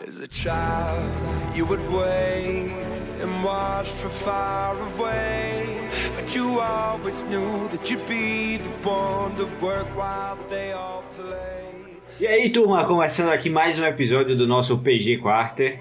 As a child, you would wait and watch from far away, but you always knew that you'd be the one to work while they all play. E aí, turma, começando aqui mais um episódio do nosso PG Quarter.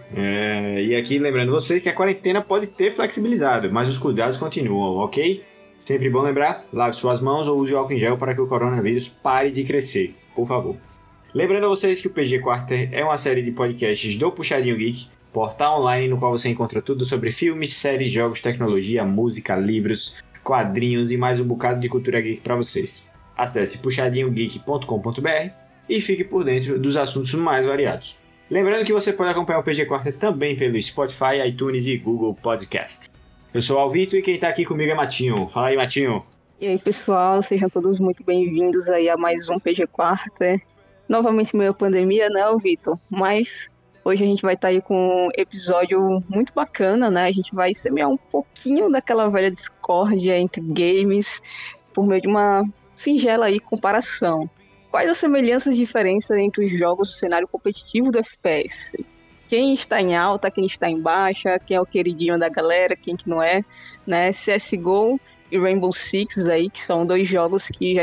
E aqui lembrando vocês que a quarentena pode ter flexibilizado, mas os cuidados continuam, ok? Sempre bom lembrar, lave suas mãos ou use álcool em gel para que o coronavírus pare de crescer, por favor. Lembrando a vocês que o PG Quarter é uma série de podcasts do Puxadinho Geek, portal online no qual você encontra tudo sobre filmes, séries, jogos, tecnologia, música, livros, quadrinhos e mais um bocado de cultura geek para vocês. Acesse puxadinhogeek.com.br e fique por dentro dos assuntos mais variados. Lembrando que você pode acompanhar o PG Quarter também pelo Spotify, iTunes e Google Podcast. Eu sou o Alvito e quem tá aqui comigo é Matinho. Fala aí, Matinho. E aí, pessoal, sejam todos muito bem-vindos aí a mais um PG Quarter. Novamente meio pandemia, né, Alvito? Mas hoje a gente vai estar aí com um episódio muito bacana, né? A gente vai semear um pouquinho daquela velha discórdia entre games por meio de uma singela aí comparação. Quais as semelhanças e diferenças entre os jogos do cenário competitivo do FPS? Quem está em alta, quem está em baixa, quem é o queridinho da galera, quem que não é, né? CSGO e Rainbow Six aí, que são dois jogos que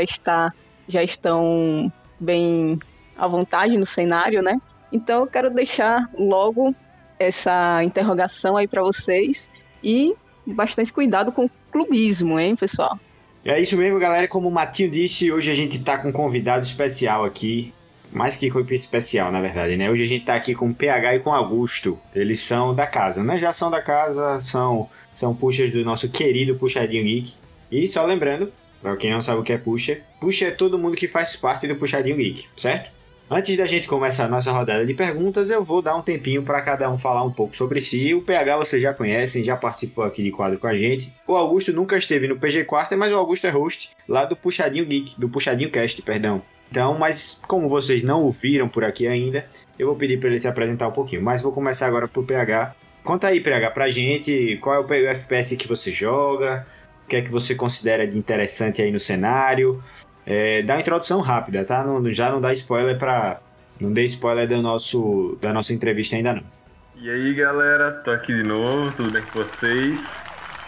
já estão bem à vontade no cenário, né? Então eu quero deixar logo essa interrogação aí para vocês e bastante cuidado com o clubismo, hein, pessoal? É isso mesmo, galera. Como o Matinho disse, hoje a gente tá com um convidado especial aqui. Mais que especial, na verdade, né? Hoje a gente tá aqui com o PH e com o Augusto. Eles são da casa, né? Já são da casa, são puxas do nosso querido Puxadinho Geek. E só lembrando, pra quem não sabe o que é puxa é todo mundo que faz parte do Puxadinho Geek, certo? Antes da gente começar a nossa rodada de perguntas, eu vou dar um tempinho para cada um falar um pouco sobre si. O PH vocês já conhecem, já participou aqui de quadro com a gente. O Augusto nunca esteve no PG Quarter, mas o Augusto é host lá do Puxadinho Geek, do Puxadinho Cast, perdão. Então, mas como vocês não o viram por aqui ainda, eu vou pedir para ele se apresentar um pouquinho. Mas vou começar agora pro PH. Conta aí, PH, pra gente, qual é o FPS que você joga, o que é que você considera de interessante aí no cenário. Dá uma introdução rápida, tá? Já não dá spoiler não dê spoiler da nossa entrevista ainda não. E aí, galera, tô aqui de novo, tudo bem com vocês?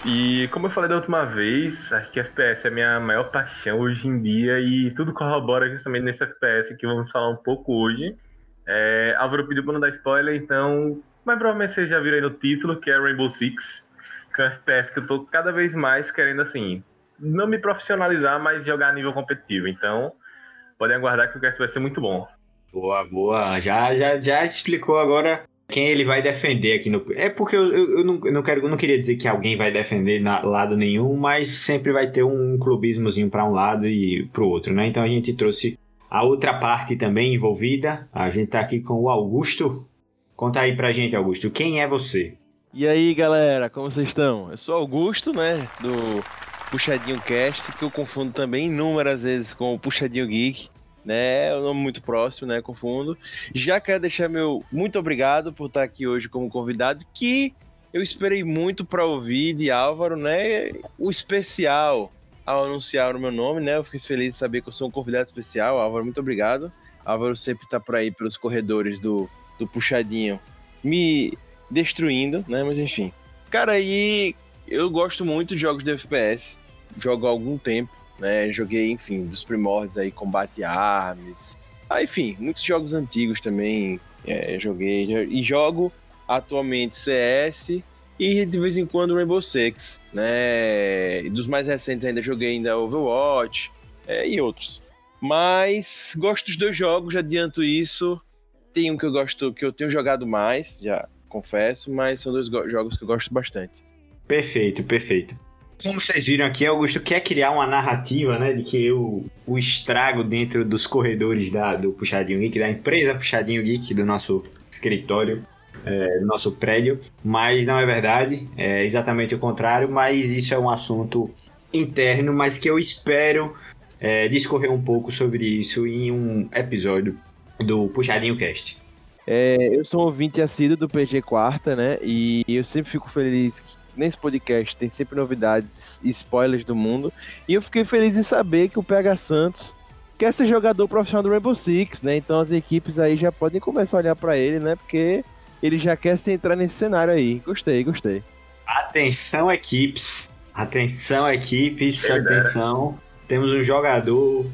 E como eu falei da última vez, acho que FPS é a minha maior paixão hoje em dia e tudo corrobora justamente nesse FPS que vamos falar um pouco hoje. Álvaro pediu pra não dar spoiler, então... Mas provavelmente vocês já viram aí no título, que é Rainbow Six, que é um FPS que eu tô cada vez mais querendo, assim... não me profissionalizar, mas jogar a nível competitivo. Então, podem aguardar que o cast vai ser muito bom. Boa. Já explicou agora quem ele vai defender aqui no... É porque eu não queria dizer que alguém vai defender lado nenhum, mas sempre vai ter um clubismozinho para um lado e pro outro, né? Então a gente trouxe a outra parte também envolvida. A gente tá aqui com o Augusto. Conta aí pra gente, Augusto, quem é você? E aí, galera, como vocês estão? Eu sou Augusto, né, do Puxadinho Cast, que eu confundo também inúmeras vezes com o Puxadinho Geek, né, é um nome muito próximo, né, confundo. Já quero deixar meu muito obrigado por estar aqui hoje como convidado, que eu esperei muito para ouvir de Álvaro, né, o especial ao anunciar o meu nome, né, eu fiquei feliz de saber que eu sou um convidado especial. Álvaro, muito obrigado. Álvaro sempre tá por aí pelos corredores do Puxadinho, me destruindo, né, mas enfim. Cara, aí eu gosto muito de jogos de FPS, jogo há algum tempo, né? Joguei, enfim, dos primórdios aí, Combate Arms, enfim, muitos jogos antigos também joguei. E jogo atualmente CS e de vez em quando Rainbow Six, né? E dos mais recentes ainda joguei ainda Overwatch e outros. Mas gosto dos dois jogos, já adianto isso. Tem um que eu gosto, que eu tenho jogado mais, já confesso, mas são dois jogos que eu gosto bastante. Perfeito. Como vocês viram aqui, Augusto quer criar uma narrativa, né, de que o estrago dentro dos corredores do Puxadinho Geek, da empresa Puxadinho Geek, do nosso escritório, do nosso prédio, mas não é verdade, é exatamente o contrário, mas isso é um assunto interno, mas que eu espero discorrer um pouco sobre isso em um episódio do Puxadinho Cast. Eu sou um ouvinte assíduo do PG Quarta, né, e eu sempre fico feliz que nesse podcast tem sempre novidades e spoilers do mundo, e eu fiquei feliz em saber que o PH Santos quer ser jogador profissional do Rainbow Six, né? Então as equipes aí já podem começar a olhar para ele, né? Porque ele já quer se entrar nesse cenário aí. Gostei. Atenção, equipes. Atenção. Temos um jogador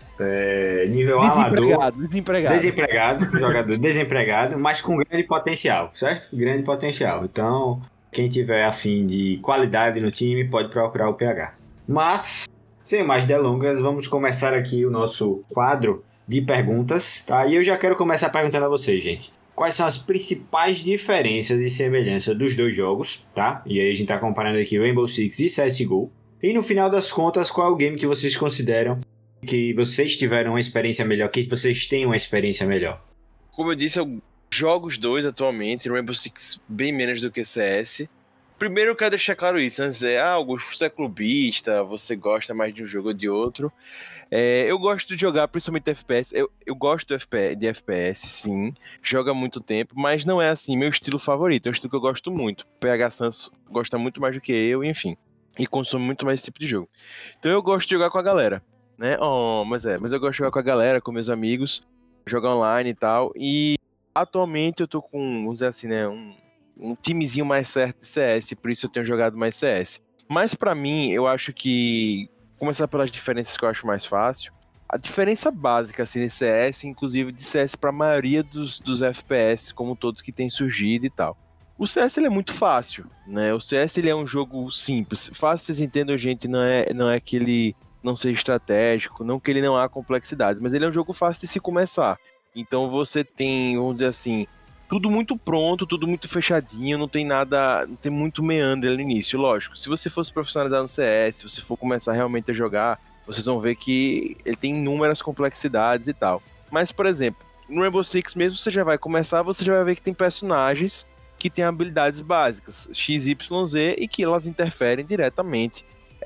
nível amador. Desempregado. Jogador desempregado, mas com grande potencial, certo? Grande potencial. Então, quem tiver afim de qualidade no time, pode procurar o PH. Mas, sem mais delongas, vamos começar aqui o nosso quadro de perguntas, tá? E eu já quero começar perguntando a vocês, gente. Quais são as principais diferenças e semelhanças dos dois jogos, tá? E aí a gente tá comparando aqui Rainbow Six e CSGO. E no final das contas, qual é o game que vocês consideram que vocês tiveram uma experiência melhor, que vocês têm uma experiência melhor? Como eu disse, eu jogo os dois atualmente, Rainbow Six bem menos do que CS. Primeiro eu quero deixar claro isso, antes de dizer, Augusto, você é clubista, você gosta mais de um jogo ou de outro. Eu gosto de jogar principalmente FPS, eu gosto de FPS, sim, jogo há muito tempo, mas não é assim meu estilo favorito, é um estilo que eu gosto muito. PH Santos gosta muito mais do que eu, enfim, e consome muito mais esse tipo de jogo. Então eu gosto de jogar com a galera, né? Mas eu gosto de jogar com a galera, com meus amigos, jogar online e tal, e atualmente eu tô com, vamos dizer assim, né, um timezinho mais certo de CS, por isso eu tenho jogado mais CS. Mas pra mim, eu acho que começar pelas diferenças que eu acho mais fácil. A diferença básica assim, de CS, inclusive de CS para a maioria dos FPS, como todos que têm surgido e tal. O CS ele é muito fácil, né? O CS ele é um jogo simples. Fácil, vocês entendam, gente, não é que ele não seja estratégico, não que ele não há complexidades, mas ele é um jogo fácil de se começar. Então você tem, vamos dizer assim, tudo muito pronto, tudo muito fechadinho, não tem nada, não tem muito meandro ali no início. Lógico, se você fosse profissionalizar no CS, se você for começar realmente a jogar, vocês vão ver que ele tem inúmeras complexidades e tal. Mas, por exemplo, no Rainbow Six mesmo, você já vai começar, você já vai ver que tem personagens que têm habilidades básicas, XYZ, e que elas interferem diretamente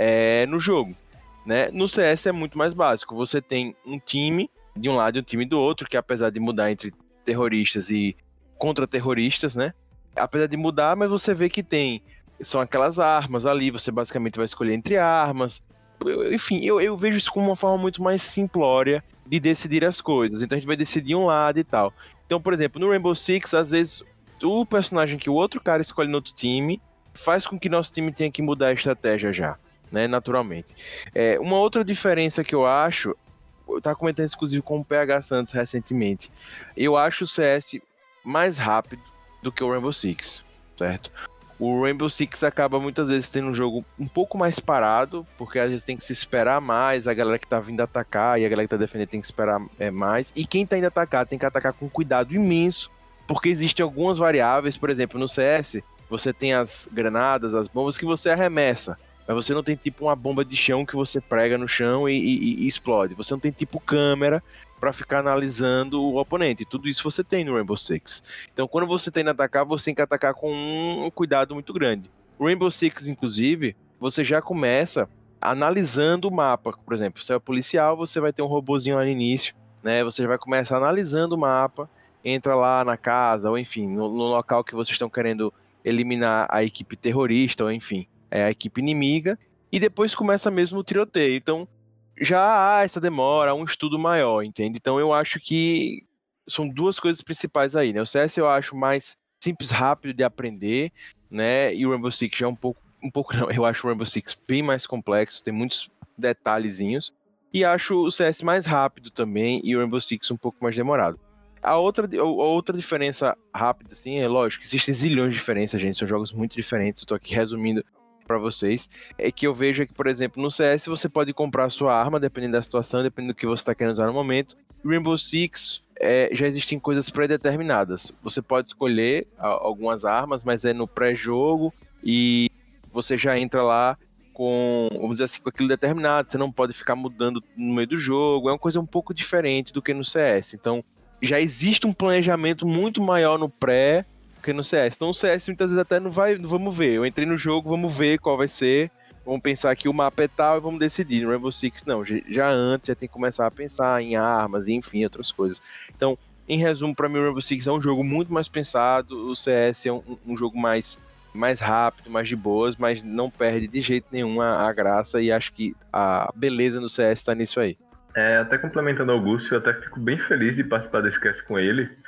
no jogo, né? No CS é muito mais básico, você tem um time de um lado e um time do outro, que apesar de mudar entre terroristas e contra-terroristas, né? Apesar de mudar, mas você vê que são aquelas armas ali, você basicamente vai escolher entre armas. Enfim, eu vejo isso como uma forma muito mais simplória de decidir as coisas. Então a gente vai decidir um lado e tal. Então, por exemplo, no Rainbow Six, às vezes, o personagem que o outro cara escolhe no outro time faz com que nosso time tenha que mudar a estratégia já, né? Naturalmente. Uma outra diferença que eu acho, eu tava comentando isso, inclusive, com o PH Santos recentemente. Eu acho o CS mais rápido do que o Rainbow Six, certo? O Rainbow Six acaba muitas vezes tendo um jogo um pouco mais parado, porque às vezes tem que se esperar mais, a galera que tá vindo atacar e a galera que tá defendendo tem que esperar mais, e quem tá indo atacar tem que atacar com cuidado imenso, porque existem algumas variáveis, por exemplo, no CS, você tem as granadas, as bombas que você arremessa, mas você não tem tipo uma bomba de chão que você prega no chão e explode, você não tem tipo câmera para ficar analisando o oponente. Tudo isso você tem no Rainbow Six. Então, quando você tem que atacar, você tem que atacar com um cuidado muito grande. O Rainbow Six, inclusive, você já começa analisando o mapa. Por exemplo, você é policial, você vai ter um robozinho lá no início, né? Você já vai começar analisando o mapa, entra lá na casa, ou enfim, no local que vocês estão querendo eliminar a equipe terrorista, ou enfim, a equipe inimiga, e depois começa mesmo o tiroteio. Então, já há essa demora, um estudo maior, entende? Então eu acho que são duas coisas principais aí, né? O CS eu acho mais simples, rápido de aprender, né? E o Rainbow Six já é um pouco não, eu acho o Rainbow Six bem mais complexo, tem muitos detalhezinhos, e acho o CS mais rápido também, e o Rainbow Six um pouco mais demorado. A outra diferença rápida, assim, é lógico, existem zilhões de diferenças, gente, são jogos muito diferentes, eu tô aqui resumindo para vocês, é que eu vejo que, por exemplo, no CS você pode comprar a sua arma, dependendo da situação, dependendo do que você está querendo usar no momento. Rainbow Six já existem coisas pré-determinadas. Você pode escolher algumas armas, mas é no pré-jogo e você já entra lá com, vamos dizer assim, com aquilo determinado. Você não pode ficar mudando no meio do jogo. É uma coisa um pouco diferente do que no CS. Então, já existe um planejamento muito maior no pré que no CS. Então o CS muitas vezes até não vamos ver. Eu entrei no jogo, vamos ver qual vai ser. Vamos pensar que o mapa é tal e vamos decidir. No Rainbow Six, não. Já antes, já tem que começar a pensar em armas e, enfim, outras coisas. Então, em resumo, para mim, o Rainbow Six é um jogo muito mais pensado. O CS é um jogo mais rápido, mais de boas, mas não perde de jeito nenhum a graça. E acho que a beleza no CS está nisso aí. Até complementando o Augusto, eu até fico bem feliz de participar desse cast com ele,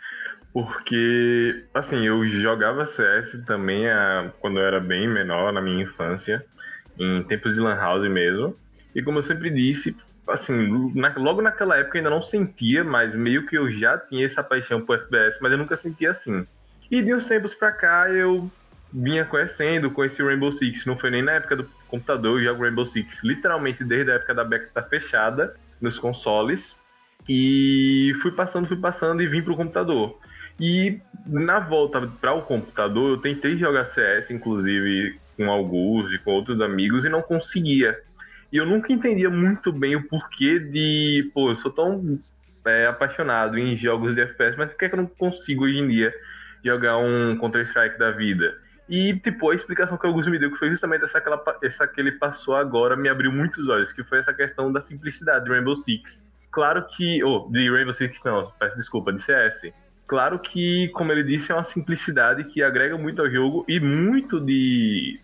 Porque, assim, eu jogava CS também quando eu era bem menor, na minha infância, em tempos de Lan House mesmo. E como eu sempre disse, assim, logo naquela época eu ainda não sentia, mas meio que eu já tinha essa paixão por FPS, mas eu nunca sentia assim. E de uns tempos pra cá eu vinha conheci Rainbow Six, não foi nem na época do computador, eu jogo Rainbow Six literalmente desde a época da beta fechada nos consoles. E fui passando e vim pro computador. E na volta para o computador, eu tentei jogar CS, inclusive com alguns e com outros amigos, e não conseguia. E eu nunca entendia muito bem o porquê de... Pô, eu sou tão apaixonado em jogos de FPS, mas por que eu não consigo hoje em dia jogar um Counter-Strike da vida? E, tipo, a explicação que o Augusto me deu, que foi justamente essa que ele passou agora, me abriu muitos olhos, que foi essa questão da simplicidade de Rainbow Six. Claro que... de Rainbow Six não, peço desculpa, de CS. Claro que, como ele disse, é uma simplicidade que agrega muito ao jogo e muito de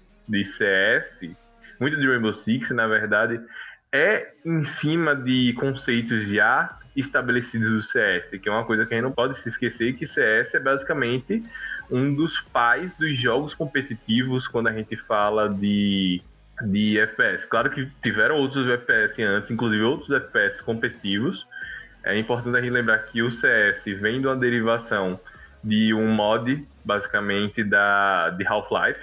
CS, muito de Rainbow Six, na verdade, é em cima de conceitos já estabelecidos do CS, que é uma coisa que a gente não pode se esquecer, que CS é basicamente um dos pais dos jogos competitivos quando a gente fala de FPS. Claro que tiveram outros FPS antes, inclusive outros FPS competitivos. É importante a gente lembrar que o CS vem de uma derivação de um mod, basicamente, de Half-Life,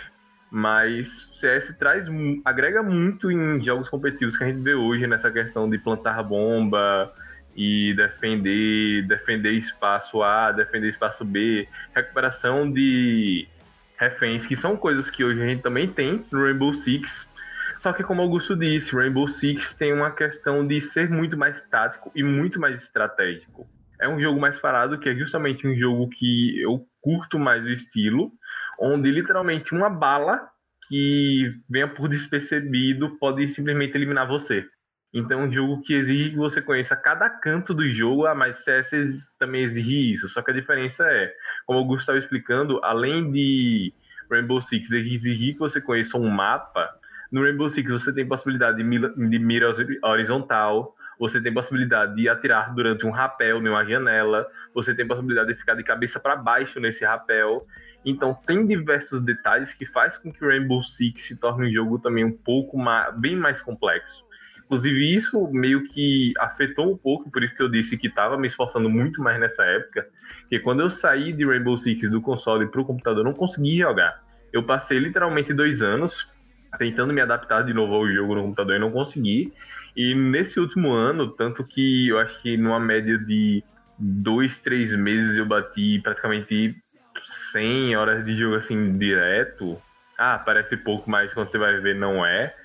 mas CS agrega muito em jogos competitivos que a gente vê hoje, nessa questão de plantar bomba e defender espaço A, defender espaço B, recuperação de reféns, que são coisas que hoje a gente também tem no Rainbow Six. Só que, como o Augusto disse, Rainbow Six tem uma questão de ser muito mais tático e muito mais estratégico. É um jogo mais parado, que é justamente um jogo que eu curto mais o estilo, onde literalmente uma bala que venha por despercebido pode simplesmente eliminar você. Então é um jogo que exige que você conheça cada canto do jogo, mas CS também exige isso. Só que a diferença é, como o Augusto estava explicando, além de Rainbow Six exigir que você conheça um mapa, no Rainbow Six você tem possibilidade de mira horizontal, você tem possibilidade de atirar durante um rapel em uma janela, você tem possibilidade de ficar de cabeça para baixo nesse rapel. Então tem diversos detalhes que faz com que o Rainbow Six se torne um jogo também bem mais complexo. Inclusive isso meio que afetou um pouco, por isso que eu disse que estava me esforçando muito mais nessa época, porque quando eu saí de Rainbow Six do console para o computador, eu não consegui jogar. Eu passei literalmente 2 anos tentando me adaptar de novo ao jogo no computador e não consegui. E nesse último ano, tanto que eu acho que numa média de 2, 3 meses eu bati praticamente 100 horas de jogo assim direto. Parece pouco, mas quando você vai ver não é.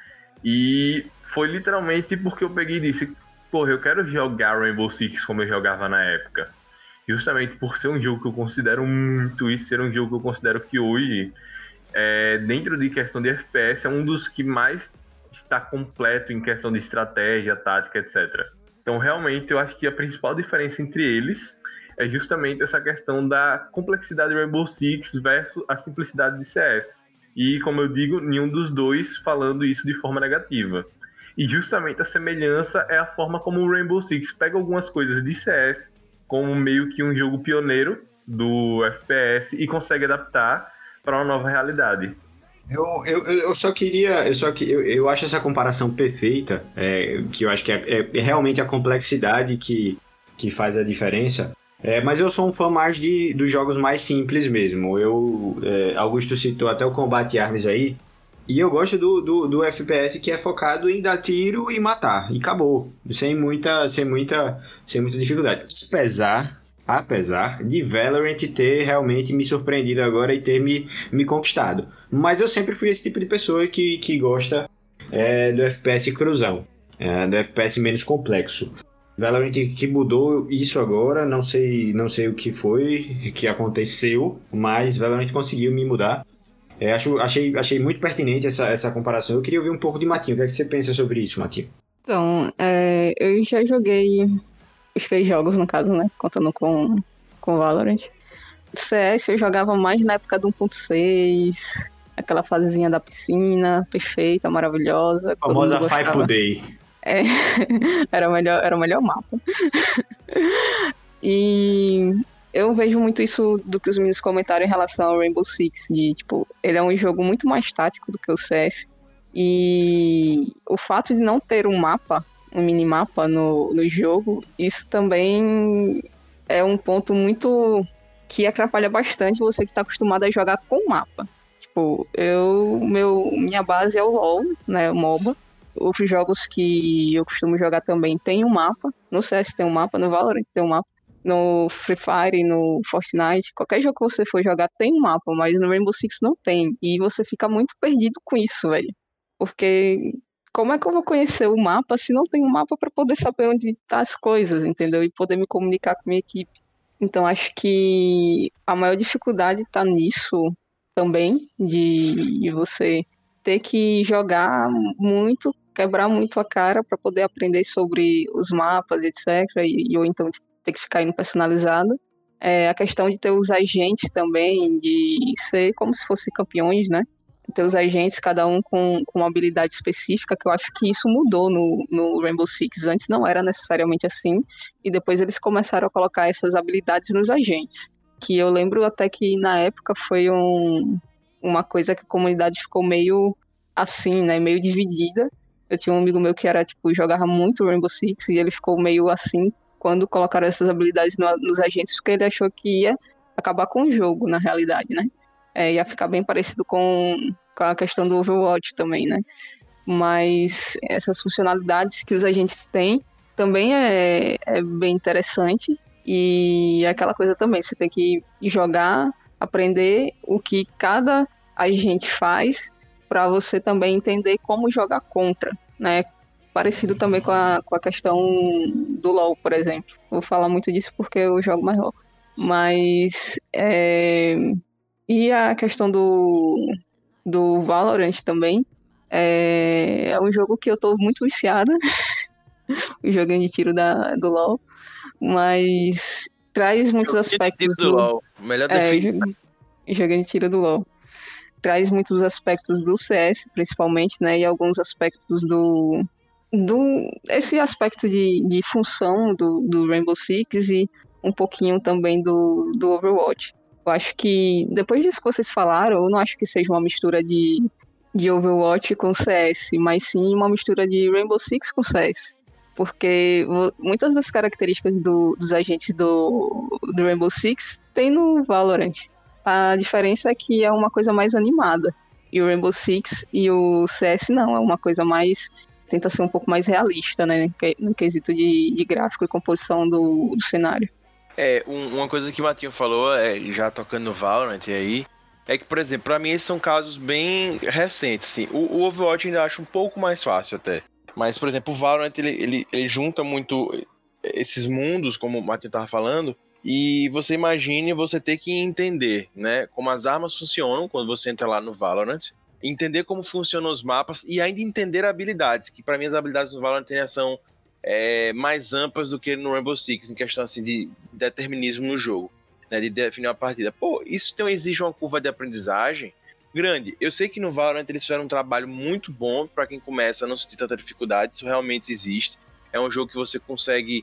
E foi literalmente porque eu peguei e disse, porra, eu quero jogar Rainbow Six como eu jogava na época. Justamente por ser um jogo que eu considero muito e ser um jogo que eu considero que hoje, dentro de questão de FPS, é um dos que mais está completo em questão de estratégia, tática, etc. Então, realmente, eu acho que a principal diferença entre eles é justamente essa questão da complexidade de Rainbow Six versus a simplicidade de CS. E, como eu digo, nenhum dos dois falando isso de forma negativa. E justamente a semelhança é a forma como o Rainbow Six pega algumas coisas de CS como meio que um jogo pioneiro do FPS e consegue adaptar para uma nova realidade. Eu acho essa comparação perfeita, que eu acho que é realmente a complexidade que faz a diferença. Mas eu sou um fã mais dos jogos mais simples mesmo. Augusto citou até o Combat Arms aí, e eu gosto do FPS que é focado em dar tiro e matar, e acabou, sem muita dificuldade. Apesar de Valorant ter realmente me surpreendido agora e ter me conquistado. Mas eu sempre fui esse tipo de pessoa que gosta do FPS cruzão, do FPS menos complexo. Valorant que mudou isso agora, não sei o que foi, que aconteceu, mas Valorant conseguiu me mudar. Achei muito pertinente essa comparação. Eu queria ouvir um pouco de Matinho. O que é que você pensa sobre isso, Matinho? Então, eu já joguei os 3 jogos, no caso, né? Contando com Valorant. CS eu jogava mais na época do 1.6, aquela fasezinha da piscina, perfeita, maravilhosa. A famosa Five Day. Era o melhor mapa. E Eu vejo muito isso do que os meninos comentaram em relação ao Rainbow Six, de, tipo, ele é um jogo muito mais tático do que o CS, e o fato de não ter um mapa, um minimapa no jogo, isso também é um ponto muito que atrapalha bastante você que está acostumado a jogar com mapa. Tipo, minha base é o LoL, né, o MOBA. Outros jogos que eu costumo jogar também tem um mapa. No CS tem um mapa, no Valorant tem um mapa. No Free Fire, no Fortnite, qualquer jogo que você for jogar tem um mapa, mas no Rainbow Six não tem. E você fica muito perdido com isso, velho. Porque como é que eu vou conhecer o mapa se não tem um mapa para poder saber onde tá as coisas, entendeu? E poder me comunicar com a minha equipe. Então acho que a maior dificuldade tá nisso também, de você ter que jogar muito, quebrar muito a cara para poder aprender sobre os mapas, etc. Ou então ter que ficar indo personalizado. A questão de ter os agentes também, de ser como se fossem campeões, né? Ter os agentes, cada um com uma habilidade específica, que eu acho que isso mudou no Rainbow Six. Antes não era necessariamente assim, e depois eles começaram a colocar essas habilidades nos agentes. Que eu lembro até que na época foi uma coisa que a comunidade ficou meio assim, né? Meio dividida. Eu tinha um amigo meu que era, tipo, jogava muito Rainbow Six, e ele ficou meio assim quando colocaram essas habilidades nos agentes, porque ele achou que ia acabar com o jogo, na realidade, né? Ia ficar bem parecido com a questão do Overwatch também, né? Mas essas funcionalidades que os agentes têm também é bem interessante. E é aquela coisa também, você tem que jogar, aprender o que cada agente faz para você também entender como jogar contra, né? Parecido também com a questão do LoL, por exemplo. Vou falar muito disso porque eu jogo mais LoL. Mas e a questão do Valorant também. É um jogo que eu tô muito viciada. O joguinho de tiro do LoL. Mas traz muitos aspectos do LoL. Melhor definição. Joguinho de tiro do LoL. Traz muitos aspectos do CS, principalmente, né? E alguns aspectos esse aspecto de função do Rainbow Six e um pouquinho também do Overwatch. Eu acho que, depois disso que vocês falaram, eu não acho que seja uma mistura de Overwatch com CS, mas sim uma mistura de Rainbow Six com CS. Porque muitas das características dos agentes do Rainbow Six tem no Valorant. A diferença é que é uma coisa mais animada. E o Rainbow Six e o CS não, é uma coisa mais... Tenta ser um pouco mais realista, né? No quesito de gráfico e composição do cenário. Uma coisa que o Matinho falou, já tocando no Valorant aí, é que, por exemplo, pra mim esses são casos bem recentes, assim. O Overwatch ainda acho um pouco mais fácil até. Mas, por exemplo, o Valorant, ele junta muito esses mundos, como o Matinho tava falando, e você imagine você ter que entender, né, como as armas funcionam quando você entra lá no Valorant, entender como funcionam os mapas e ainda entender habilidades, que pra mim as habilidades no Valorant são mais amplas do que no Rainbow Six, em questão assim, de determinismo no jogo, né, de definir uma partida. Pô, isso exige uma curva de aprendizagem grande. Eu sei que no Valorant eles fizeram um trabalho muito bom para quem começa a não sentir tanta dificuldade, isso realmente existe. É um jogo que você consegue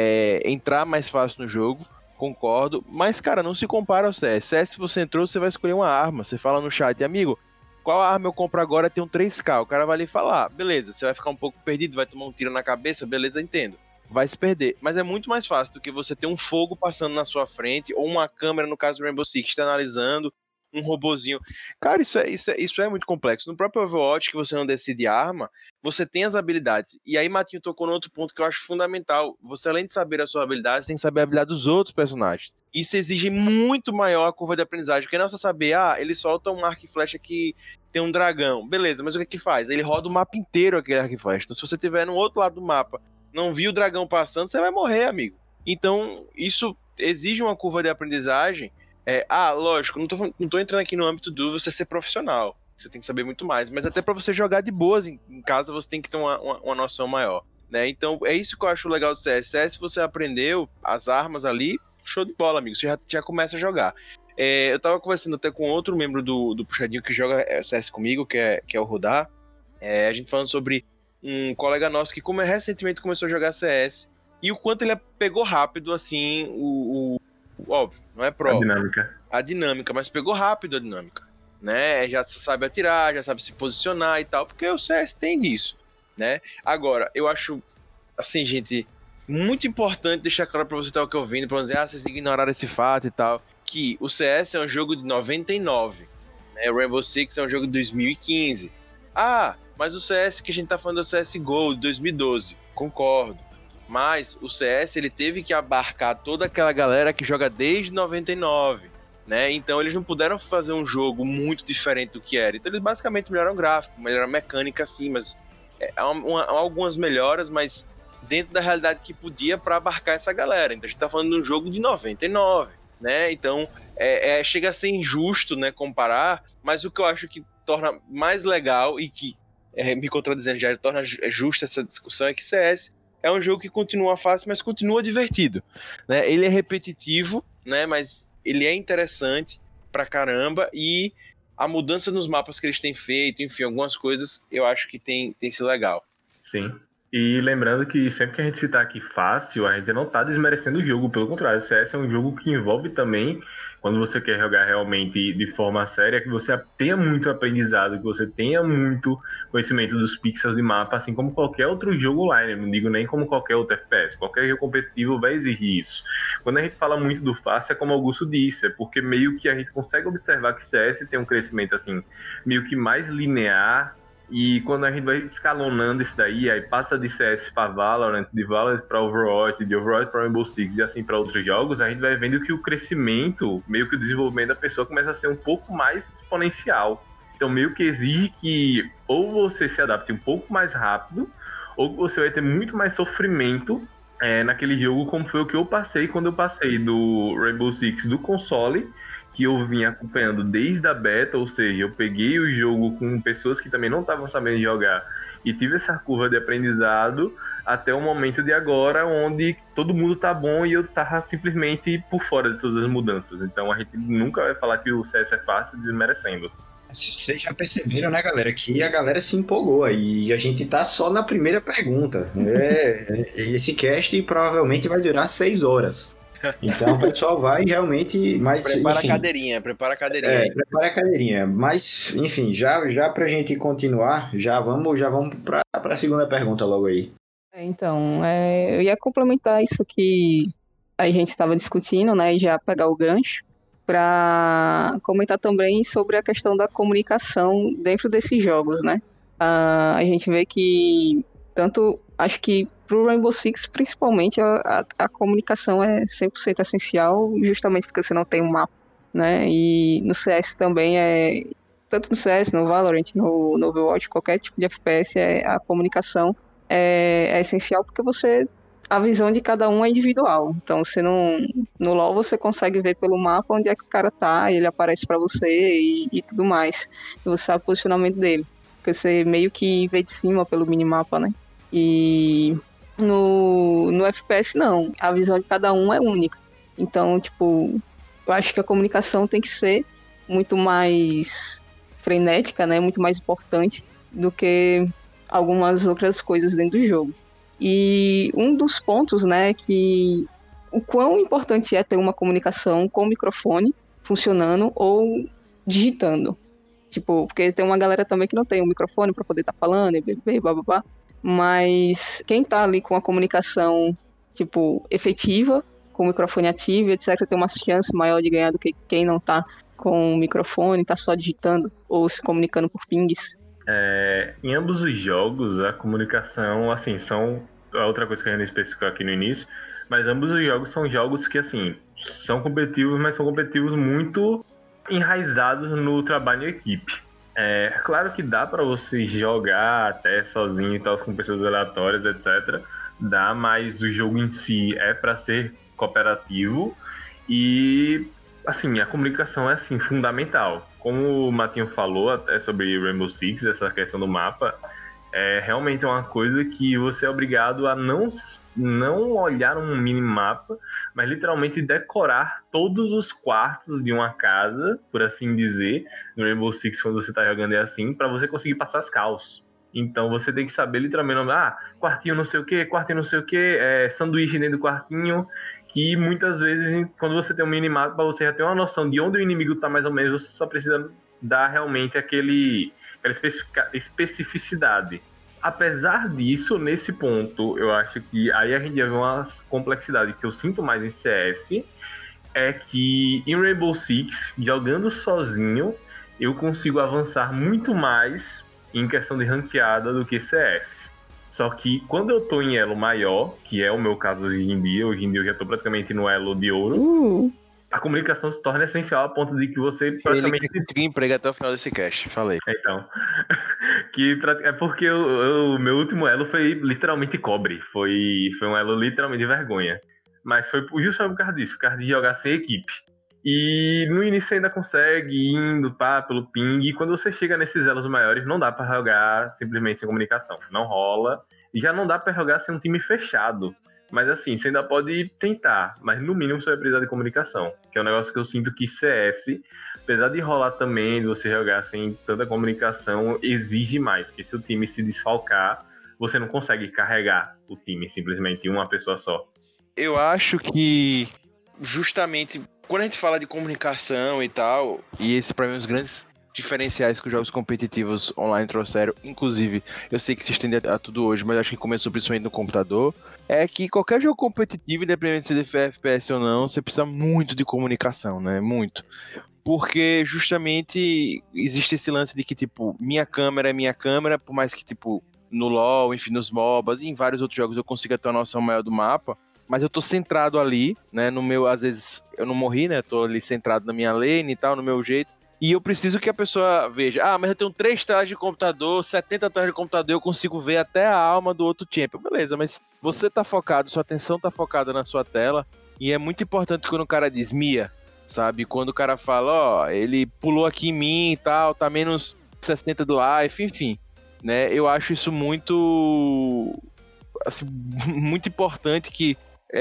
entrar mais fácil no jogo, concordo, mas, cara, não se compara ao CS. CS, se você entrou, você vai escolher uma arma, você fala no chat, amigo, qual arma eu compro agora? Tem um 3K. O cara vai ali falar, beleza, você vai ficar um pouco perdido, vai tomar um tiro na cabeça, beleza, entendo. Vai se perder. Mas é muito mais fácil do que você ter um fogo passando na sua frente, ou uma câmera, no caso do Rainbow Six, está analisando, um robozinho. Cara, isso é muito complexo. No próprio Overwatch, que você não decide arma, você tem as habilidades. E aí, Matinho tocou no outro ponto que eu acho fundamental. Você, além de saber a sua habilidade, você tem que saber a habilidade dos outros personagens. Isso exige muito maior a curva de aprendizagem, porque não é só saber, ele solta um arco e flecha que tem um dragão. Beleza, mas o que faz? Ele roda o mapa inteiro aquele arco e flecha. Então, se você estiver no outro lado do mapa, não viu o dragão passando, você vai morrer, amigo. Então, isso exige uma curva de aprendizagem. Lógico, não tô entrando aqui no âmbito do você ser profissional. Você tem que saber muito mais. Mas até para você jogar de boas em casa, você tem que ter uma noção maior, né? Então, é isso que eu acho legal do CS. Se você aprendeu as armas ali, show de bola, amigo. Você já começa a jogar. Eu tava conversando até com outro membro do Puxadinho que joga CS comigo, que é o Rudá. A gente falando sobre um colega nosso que recentemente começou a jogar CS. E o quanto ele pegou rápido, assim, óbvio, não é A pro. dinâmica. Mas pegou rápido a dinâmica, né? Já sabe atirar, já sabe se posicionar e tal, porque o CS tem disso, né? Agora, eu acho, assim, gente, muito importante deixar claro pra você estar ouvindo, pra dizer, vocês ignoraram esse fato e tal, que o CS é um jogo de 99, né? O Rainbow Six é um jogo de 2015. Mas o CS que a gente tá falando é o CSGO de 2012. Concordo. Mas o CS, ele teve que abarcar toda aquela galera que joga desde 99, né? Então eles não puderam fazer um jogo muito diferente do que era. Então eles basicamente melhoraram o gráfico, melhoraram a mecânica, sim, mas algumas melhoras, mas dentro da realidade que podia para abarcar essa galera. Então a gente tá falando de um jogo de 99, né? Então chega a ser injusto, né, comparar, mas o que eu acho que torna mais legal e que, me contradizendo já, torna justa essa discussão é que CS é um jogo que continua fácil, mas continua divertido, né? Ele é repetitivo, né, mas ele é interessante pra caramba e a mudança nos mapas que eles têm feito, enfim, algumas coisas eu acho que tem sido legal. Sim. E lembrando que sempre que a gente citar aqui fácil, a gente não tá desmerecendo o jogo, pelo contrário, o CS é um jogo que envolve também, quando você quer jogar realmente de forma séria, que você tenha muito aprendizado, que você tenha muito conhecimento dos pixels de mapa, assim como qualquer outro jogo online, não digo nem como qualquer outro FPS, qualquer jogo competitivo vai exigir isso. Quando a gente fala muito do fácil, é como o Augusto disse, é porque meio que a gente consegue observar que CS tem um crescimento assim, meio que mais linear. E quando a gente vai escalonando isso daí, aí passa de CS para Valorant, de Valorant para Overwatch, de Overwatch para Rainbow Six e assim para outros jogos, a gente vai vendo que o crescimento, meio que o desenvolvimento da pessoa começa a ser um pouco mais exponencial. Então meio que exige que ou você se adapte um pouco mais rápido, ou você vai ter muito mais sofrimento naquele jogo, como foi o que eu passei quando eu passei do Rainbow Six do console, que eu vinha acompanhando desde a beta, ou seja, eu peguei o jogo com pessoas que também não estavam sabendo jogar e tive essa curva de aprendizado até o momento de agora, onde todo mundo tá bom e eu tava simplesmente por fora de todas as mudanças. Então a gente nunca vai falar que o CS é fácil desmerecendo. Vocês já perceberam, né, galera, que a galera se empolgou aí e a gente tá só na primeira pergunta. Esse cast provavelmente vai durar 6 horas. Então o pessoal vai realmente. Mas, prepara enfim, a cadeirinha. prepara a cadeirinha. Mas, enfim, já pra gente continuar, já vamos pra segunda pergunta logo aí. Então, eu ia complementar isso que a gente estava discutindo, né, e já pegar o gancho, para comentar também sobre a questão da comunicação dentro desses jogos, né? A gente vê que, tanto, acho que pro Rainbow Six, principalmente, a comunicação é 100% essencial, justamente porque você não tem um mapa, né? E no CS também tanto no CS, no Valorant, no Overwatch, qualquer tipo de FPS, a comunicação é essencial porque a visão de cada um é individual. Então, no LoL você consegue ver pelo mapa onde é que o cara tá, ele aparece pra você e tudo mais. E você sabe o posicionamento dele. Porque você meio que vê de cima pelo minimapa, né? E no FPS não. A visão de cada um é única. Então, tipo, eu acho que a comunicação tem que ser muito mais frenética, né? Muito mais importante do que algumas outras coisas dentro do jogo. E um dos pontos, né, que o quão importante é ter uma comunicação com o microfone funcionando ou digitando. Tipo, porque tem uma galera também que não tem um microfone para poder estar falando, e blá, blá, blá. Mas quem tá ali com a comunicação, tipo, efetiva, com o microfone ativo, etc., tem uma chance maior de ganhar do que quem não tá com o microfone, tá só digitando ou se comunicando por pings. Em ambos os jogos, a comunicação, assim, são outra coisa que a gente especificou aqui no início, mas ambos os jogos são jogos que, assim, são competitivos, mas são competitivos muito enraizados no trabalho em equipe. Claro que dá para você jogar até sozinho e tal, com pessoas aleatórias, etc. Dá, mas o jogo em si é para ser cooperativo e, assim, a comunicação é, assim, fundamental. Como o Matinho falou até sobre Rainbow Six, essa questão do mapa, realmente é uma coisa que você é obrigado a não olhar um minimapa, mas literalmente decorar todos os quartos de uma casa, por assim dizer, no Rainbow Six, quando você está jogando assim, para você conseguir passar as calls. Então você tem que saber literalmente, quartinho não sei o que, sanduíche dentro do quartinho, que muitas vezes, quando você tem um minimapa, para você já ter uma noção de onde o inimigo tá mais ou menos, você só precisa dar realmente aquela especificidade. Apesar disso, nesse ponto, eu acho que aí a gente já vê uma complexidade que eu sinto mais em CS, é que em Rainbow Six, jogando sozinho, eu consigo avançar muito mais em questão de ranqueada do que CS. Só que quando eu tô em elo maior, que é o meu caso hoje em dia eu já tô praticamente no elo de ouro, a comunicação se torna essencial a ponto de que você praticamente... Ele conseguiu emprego até o final desse cast, falei. Então, é porque o meu último elo foi literalmente cobre, foi um elo literalmente de vergonha. Mas foi justamente por causa disso, por causa de jogar sem equipe. E no início você ainda consegue indo pelo ping, e quando você chega nesses elos maiores, não dá pra jogar simplesmente sem comunicação. Não rola. E já não dá pra jogar sem um time fechado. Mas assim, você ainda pode tentar, mas no mínimo você vai precisar de comunicação. Que é um negócio que eu sinto que CS, apesar de rolar também, de você jogar sem tanta comunicação, exige mais. Que se o time se desfalcar, você não consegue carregar o time simplesmente em uma pessoa só. Eu acho que justamente quando a gente fala de comunicação e tal, e esse para mim os grandes diferenciais que os jogos competitivos online trouxeram, inclusive, eu sei que se estende a tudo hoje, mas acho que começou principalmente no computador, é que qualquer jogo competitivo, independente de ser de FPS ou não, você precisa muito de comunicação, né? Muito. Porque justamente existe esse lance de que, tipo, minha câmera é minha câmera, por mais que, tipo, no LoL, enfim, nos MOBAs e em vários outros jogos eu consiga ter uma noção maior do mapa, mas eu tô centrado ali, né, no meu, às vezes eu não morri, né, tô ali centrado na minha lane e tal, no meu jeito, e eu preciso que a pessoa veja, mas eu tenho 3 telas de computador, 70 telas de computador, eu consigo ver até a alma do outro champion, beleza, mas você tá focado, sua atenção tá focada na sua tela, e é muito importante quando o cara diz, Mia, sabe, quando o cara fala, ele pulou aqui em mim e tal, tá menos 60 do life, enfim, né, eu acho isso muito, assim, muito importante que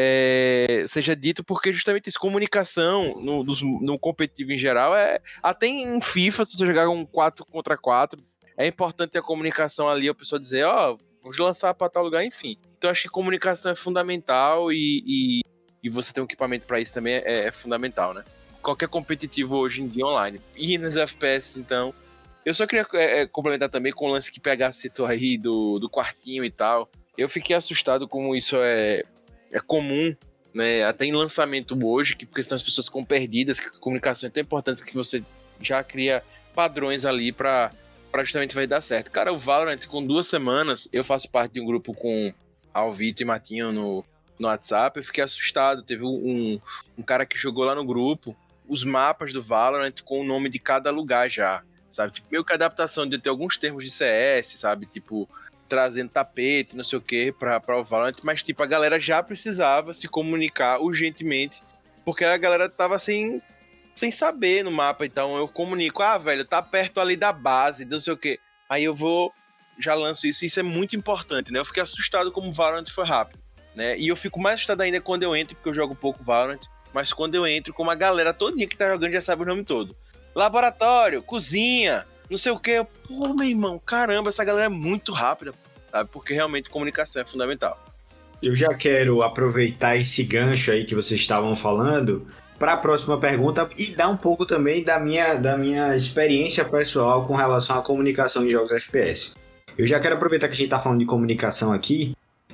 seja dito, porque justamente isso, comunicação no competitivo em geral, até em FIFA, se você jogar um 4 contra 4, é importante a comunicação ali, a pessoa dizer, vou lançar para tal lugar, enfim. Então acho que comunicação é fundamental e você ter um equipamento para isso também é fundamental, né? Qualquer competitivo hoje em dia online. E nas FPS, então, eu só queria complementar também com o lance que PH citou aí do quartinho e tal. Eu fiquei assustado como isso é comum, né, até em lançamento hoje, porque senão as pessoas ficam perdidas, que a comunicação é tão importante que você já cria padrões ali pra justamente vai dar certo. Cara, o Valorant, com 2 semanas, eu faço parte de um grupo com Alvito e Matinho no WhatsApp, eu fiquei assustado, teve um cara que jogou lá no grupo os mapas do Valorant com o nome de cada lugar já, sabe, tipo, meio que a adaptação de ter alguns termos de CS, sabe, tipo, trazendo tapete, não sei o que, pra o Valorant, mas tipo, a galera já precisava se comunicar urgentemente, porque a galera tava sem saber no mapa, então eu comunico, velho, tá perto ali da base, não sei o que, aí eu já lanço isso, e isso é muito importante, né, eu fiquei assustado como o Valorant foi rápido, né, e eu fico mais assustado ainda quando eu entro, porque eu jogo pouco Valorant, mas quando eu entro, como a galera todinha que tá jogando já sabe o nome todo, laboratório, cozinha, não sei o que, pô, meu irmão, caramba, essa galera é muito rápida, sabe? Porque realmente comunicação é fundamental. Eu já quero aproveitar esse gancho aí que vocês estavam falando para a próxima pergunta e dar um pouco também da minha experiência pessoal com relação à comunicação em jogos FPS. Eu já quero aproveitar que a gente está falando de comunicação aqui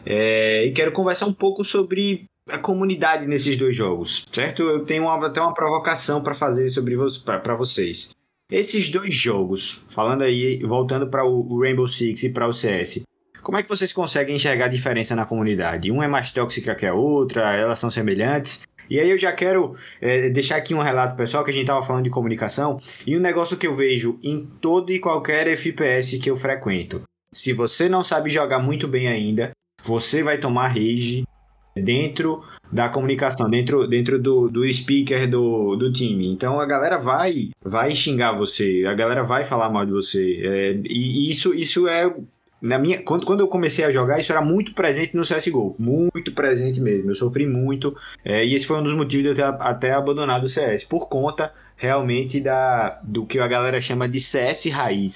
e quero conversar um pouco sobre a comunidade nesses 2 jogos, certo? Eu tenho até uma provocação para fazer para vocês. Esses 2 jogos, falando aí, voltando para o Rainbow Six e para o CS, como é que vocês conseguem enxergar a diferença na comunidade? Um é mais tóxica que a outra, elas são semelhantes? E aí eu já quero deixar aqui um relato pessoal, que a gente estava falando de comunicação, e um negócio que eu vejo em todo e qualquer FPS que eu frequento. Se você não sabe jogar muito bem ainda, você vai tomar rage dentro da comunicação, dentro do speaker do time. Então a galera vai xingar você, a galera vai falar mal de você. E isso é... Quando eu comecei a jogar, isso era muito presente no CSGO. Muito presente mesmo. Eu sofri muito. E esse foi um dos motivos de eu ter até abandonado o CS. Por conta, realmente, do que a galera chama de CS raiz.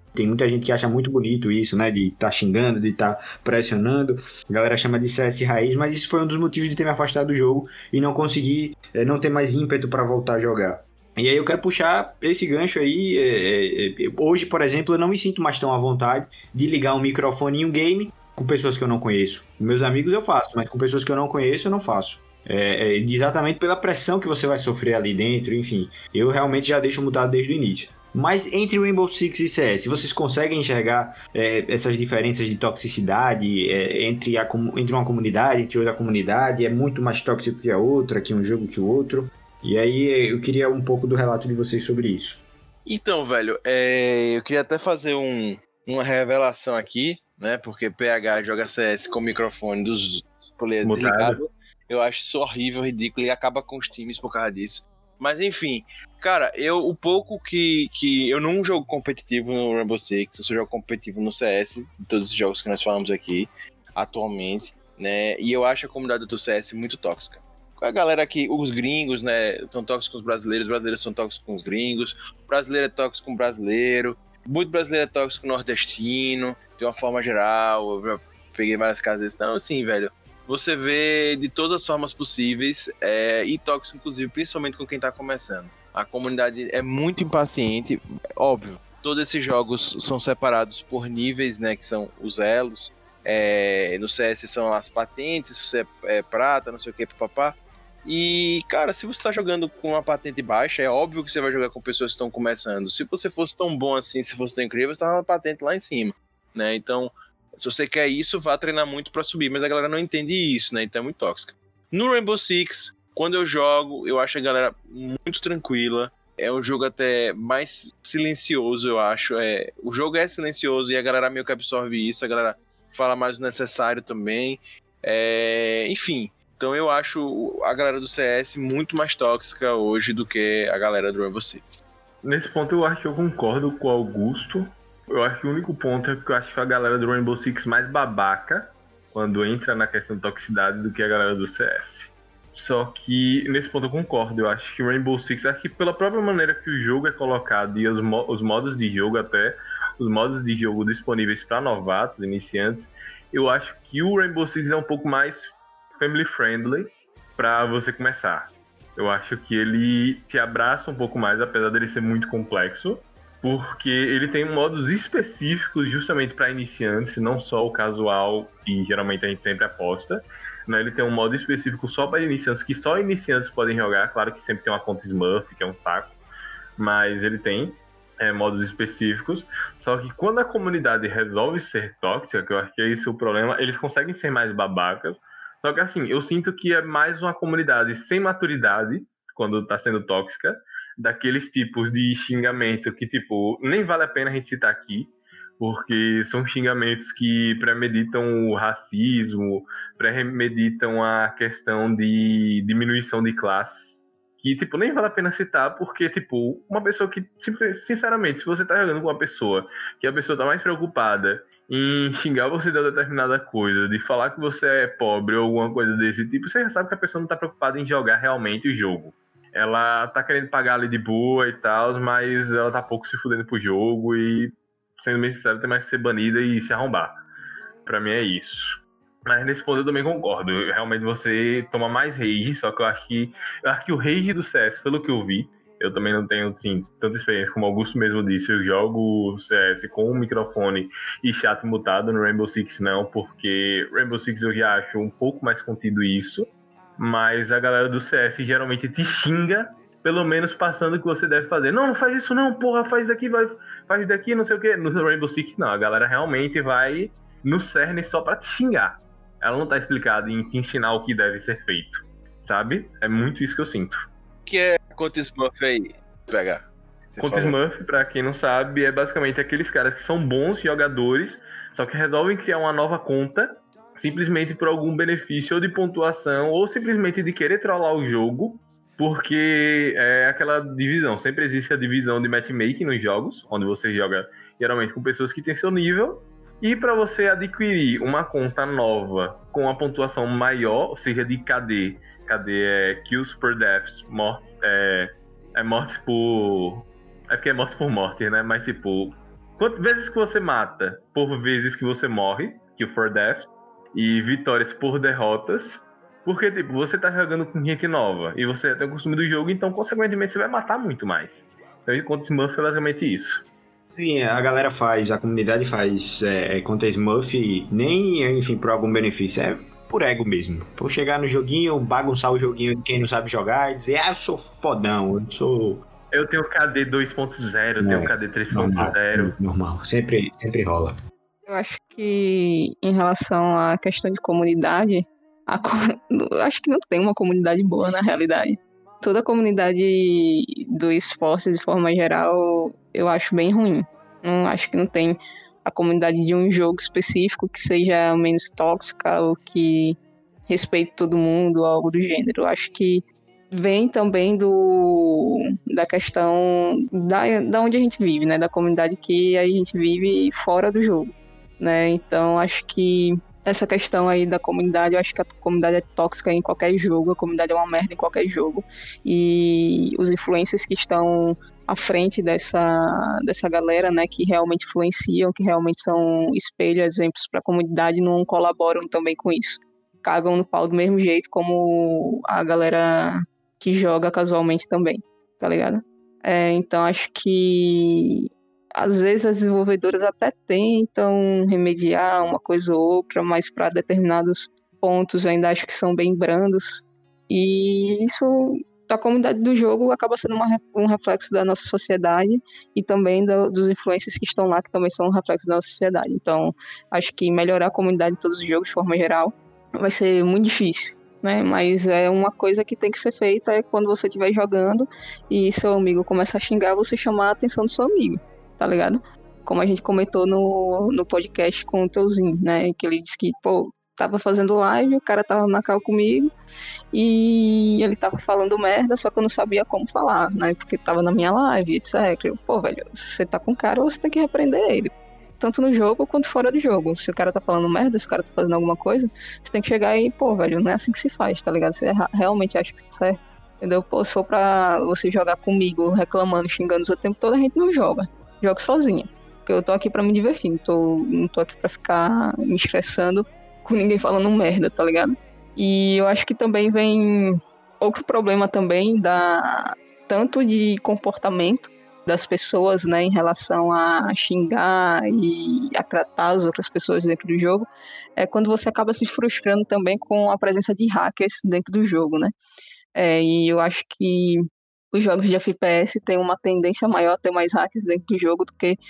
Tem muita gente que acha muito bonito isso, né? De estar xingando, de estar pressionando. A galera chama de CS raiz, mas isso foi um dos motivos de ter me afastado do jogo e não conseguir, não ter mais ímpeto para voltar a jogar. E aí eu quero puxar esse gancho aí. Hoje, por exemplo, eu não me sinto mais tão à vontade de ligar um microfone em um game com pessoas que eu não conheço. Com meus amigos eu faço, mas com pessoas que eu não conheço eu não faço. Exatamente pela pressão que você vai sofrer ali dentro, enfim. Eu realmente já deixo mudado desde o início. Mas entre Rainbow Six e CS, vocês conseguem enxergar essas diferenças de toxicidade entre uma comunidade, entre outra comunidade? É muito mais tóxico que a outra, que um jogo que o outro? E aí eu queria um pouco do relato de vocês sobre isso. Então, velho, eu queria até fazer uma revelação aqui, né? Porque PH joga CS com o microfone dos players desligado. Eu acho isso horrível, ridículo, e acaba com os times por causa disso. Mas enfim, cara, o pouco que eu não jogo competitivo no Rainbow Six, eu só jogo competitivo no CS, de todos os jogos que nós falamos aqui, atualmente, né? E eu acho a comunidade do CS muito tóxica. A galera aqui, os gringos, né, são tóxicos com os brasileiros são tóxicos com os gringos, o brasileiro é tóxico com o brasileiro, muito brasileiro é tóxico com o nordestino, de uma forma geral, eu já peguei várias casas desses. Então, assim, velho, você vê de todas as formas possíveis, e tóxico, inclusive, principalmente com quem tá começando. A comunidade é muito impaciente, óbvio, todos esses jogos são separados por níveis, né, que são os elos, no CS são as patentes, se você é prata, não sei o que, papapá. E, cara, se você tá jogando com uma patente baixa, é óbvio que você vai jogar com pessoas que estão começando. Se você fosse tão bom assim, se fosse tão incrível, você tava uma patente lá em cima, né? Então, se você quer isso, vá treinar muito pra subir. Mas a galera não entende isso, né? Então é muito tóxica. No Rainbow Six, quando eu jogo, eu acho a galera muito tranquila. É um jogo até mais silencioso, eu acho. O jogo é silencioso e a galera meio que absorve isso. A galera fala mais o necessário também. Enfim... Então eu acho a galera do CS muito mais tóxica hoje do que a galera do Rainbow Six. Nesse ponto eu acho que eu concordo com o Augusto. Eu acho que o único ponto é que eu acho a galera do Rainbow Six mais babaca quando entra na questão de toxicidade do que a galera do CS. Só que nesse ponto eu concordo. Eu acho que o Rainbow Six, acho que pela própria maneira que o jogo é colocado e os modos de jogo até, os modos de jogo disponíveis para novatos, iniciantes, eu acho que o Rainbow Six é um pouco mais family friendly para você começar. Eu acho que ele te abraça um pouco mais, apesar dele ser muito complexo, porque ele tem modos específicos justamente para iniciantes, não só o casual, que geralmente a gente sempre aposta, né? Ele tem um modo específico só para iniciantes, que só iniciantes podem jogar. Claro que sempre tem uma conta Smurf, que é um saco, mas ele tem modos específicos. Só que quando a comunidade resolve ser tóxica, que eu acho que é esse o problema, eles conseguem ser mais babacas. Só que assim, eu sinto que é mais uma comunidade sem maturidade, quando tá sendo tóxica, daqueles tipos de xingamento que, tipo, nem vale a pena a gente citar aqui, porque são xingamentos que premeditam o racismo, premeditam a questão de diminuição de classes, que, tipo, nem vale a pena citar, porque, tipo, uma pessoa que, sinceramente, se você tá jogando com uma pessoa, que a pessoa tá mais preocupada em xingar você de determinada coisa, de falar que você é pobre ou alguma coisa desse tipo, você já sabe que a pessoa não tá preocupada em jogar realmente o jogo. Ela tá querendo pagar ali de boa e tal, mas ela tá pouco se fudendo pro jogo e, sendo bem sincero, tem mais que ser banida e se arrombar. Pra mim é isso. Mas nesse ponto eu também concordo. Realmente você toma mais rage, só que eu acho que o rage do CS, pelo que eu vi, eu também não tenho, assim, tanta experiência, como o Augusto mesmo disse, eu jogo CS com um microfone e chat mutado, no Rainbow Six não, porque Rainbow Six eu já acho um pouco mais contido isso, mas a galera do CS geralmente te xinga, pelo menos passando o que você deve fazer. Não faz isso não, porra, faz daqui, faz daqui, não sei o que. No Rainbow Six não, a galera realmente vai no cerne só pra te xingar. Ela não tá explicada em te ensinar o que deve ser feito, sabe? É muito isso que eu sinto. Que é conta Smurf aí, pegar. Conta Smurf, pra quem não sabe, é basicamente aqueles caras que são bons jogadores, só que resolvem criar uma nova conta, simplesmente por algum benefício ou de pontuação, ou simplesmente de querer trollar o jogo, porque é aquela divisão. Sempre existe a divisão de matchmaking nos jogos, onde você joga geralmente com pessoas que têm seu nível, e para você adquirir uma conta nova com a pontuação maior, ou seja, de KD é Kills per Deaths, mortes por... É porque é morte por morte, né? Mas, tipo, Quantas vezes que você mata por vezes que você morre, kill for death, e vitórias por derrotas, porque, tipo, você tá jogando com gente nova e você tem o costume do jogo, então, consequentemente, você vai matar muito mais. Então, contra Smurf é basicamente isso. Sim, a galera faz, a comunidade faz contra Smurf, nem, enfim, por algum benefício, é por ego mesmo. Por chegar no joguinho, bagunçar o joguinho de quem não sabe jogar e dizer, eu sou fodão, eu sou... Eu tenho KD 2.0, eu tenho KD 3.0. Normal, sempre rola. Eu acho que em relação à questão de comunidade, acho que não tem uma comunidade boa na realidade. Toda a comunidade do esporte, de forma geral, eu acho bem ruim. Não acho que não tem a comunidade de um jogo específico que seja menos tóxica ou que respeite todo mundo, algo do gênero. Eu acho que vem também da questão da onde a gente vive, né? Da comunidade que a gente vive fora do jogo, né? Então, acho que essa questão aí da comunidade, eu acho que a comunidade é tóxica em qualquer jogo, a comunidade é uma merda em qualquer jogo, e os influencers que estão à frente dessa galera, né, que realmente influenciam, que realmente são espelho, exemplos para a comunidade, não colaboram também com isso. Cagam no pau do mesmo jeito como a galera que joga casualmente também, tá ligado? Então acho que às vezes as desenvolvedoras até tentam remediar uma coisa ou outra, mas para determinados pontos eu ainda acho que são bem brandos. E isso, a comunidade do jogo acaba sendo um reflexo da nossa sociedade e também dos influencers que estão lá, que também são um reflexo da nossa sociedade. Então, acho que melhorar a comunidade de todos os jogos de forma geral vai ser muito difícil, né? Mas é uma coisa que tem que ser feita quando você estiver jogando e seu amigo começa a xingar, você chamar a atenção do seu amigo, tá ligado? Como a gente comentou no podcast com o Teuzinho, né? Que ele disse que, tava fazendo live, o cara tava na cal comigo e ele tava falando merda, só que eu não sabia como falar, né? Porque tava na minha live, etc. Velho, você tá com o cara, você tem que repreender ele. Tanto no jogo quanto fora do jogo. Se o cara tá falando merda, se o cara tá fazendo alguma coisa, você tem que chegar e, velho, não é assim que se faz, tá ligado? Você realmente acha que tá certo, entendeu? Se for pra você jogar comigo, reclamando, xingando o tempo todo, a gente não joga. Jogo sozinho. Porque eu tô aqui pra me divertir, não tô aqui pra ficar me estressando com ninguém falando merda, tá ligado? E eu acho que também vem outro problema também tanto de comportamento das pessoas, né, em relação a xingar e a tratar as outras pessoas dentro do jogo, é quando você acaba se frustrando também com a presença de hackers dentro do jogo, né? E eu acho que os jogos de FPS têm uma tendência maior a ter mais hackers dentro do jogo do que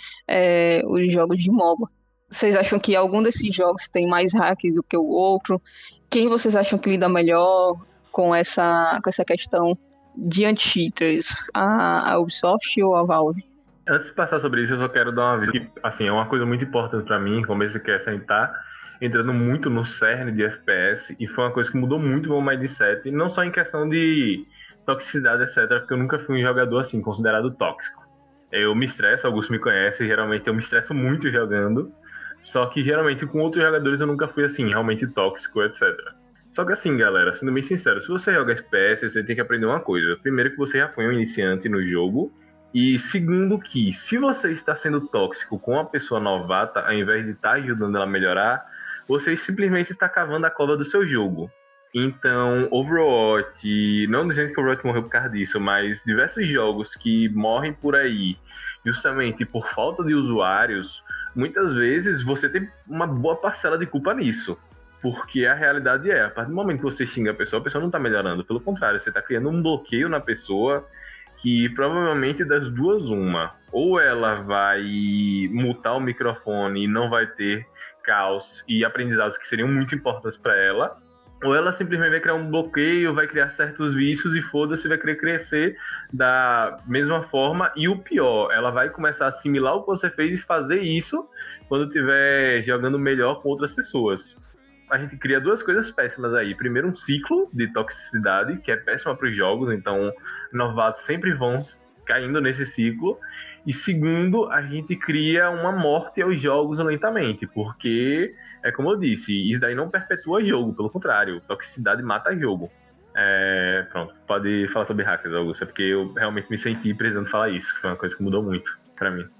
os jogos de MOBA. Vocês acham que algum desses jogos tem mais hack do que o outro? Quem vocês acham que lida melhor com essa questão de anti-cheaters? A Ubisoft ou a Valve? Antes de passar sobre isso, eu só quero dar uma aviso que, assim, é uma coisa muito importante pra mim, como esse que é sentar, entrando muito no cerne de FPS, e foi uma coisa que mudou muito o meu mindset, e não só em questão de toxicidade, etc., porque eu nunca fui um jogador, assim, considerado tóxico. Eu me estresso, Augusto me conhece, geralmente eu me estresso muito jogando, só que geralmente com outros jogadores eu nunca fui, assim, realmente tóxico, etc. Só que assim, galera, sendo bem sincero, se você joga FPS, você tem que aprender uma coisa. Primeiro que você já foi um iniciante no jogo, e segundo que, se você está sendo tóxico com uma pessoa novata, ao invés de estar ajudando ela a melhorar, você simplesmente está cavando a cova do seu jogo. Então, Overwatch, não dizendo que Overwatch morreu por causa disso, mas diversos jogos que morrem por aí, justamente por falta de usuários, muitas vezes você tem uma boa parcela de culpa nisso. Porque a realidade a partir do momento que você xinga a pessoa não está melhorando. Pelo contrário, você está criando um bloqueio na pessoa que provavelmente das duas uma. Ou ela vai mutar o microfone e não vai ter caos e aprendizados que seriam muito importantes para ela, ou ela simplesmente vai criar um bloqueio, vai criar certos vícios e foda-se, vai querer crescer da mesma forma. E o pior, ela vai começar a assimilar o que você fez e fazer isso quando estiver jogando melhor com outras pessoas. A gente cria duas coisas péssimas aí. Primeiro, um ciclo de toxicidade, que é péssimo para os jogos, então novatos sempre vão caindo nesse ciclo. E segundo, a gente cria uma morte aos jogos lentamente, porque, como eu disse, isso daí não perpetua jogo, pelo contrário, toxicidade mata jogo. Pronto, pode falar sobre hackers, Augusto, porque eu realmente me senti precisando falar isso, que foi uma coisa que mudou muito pra mim.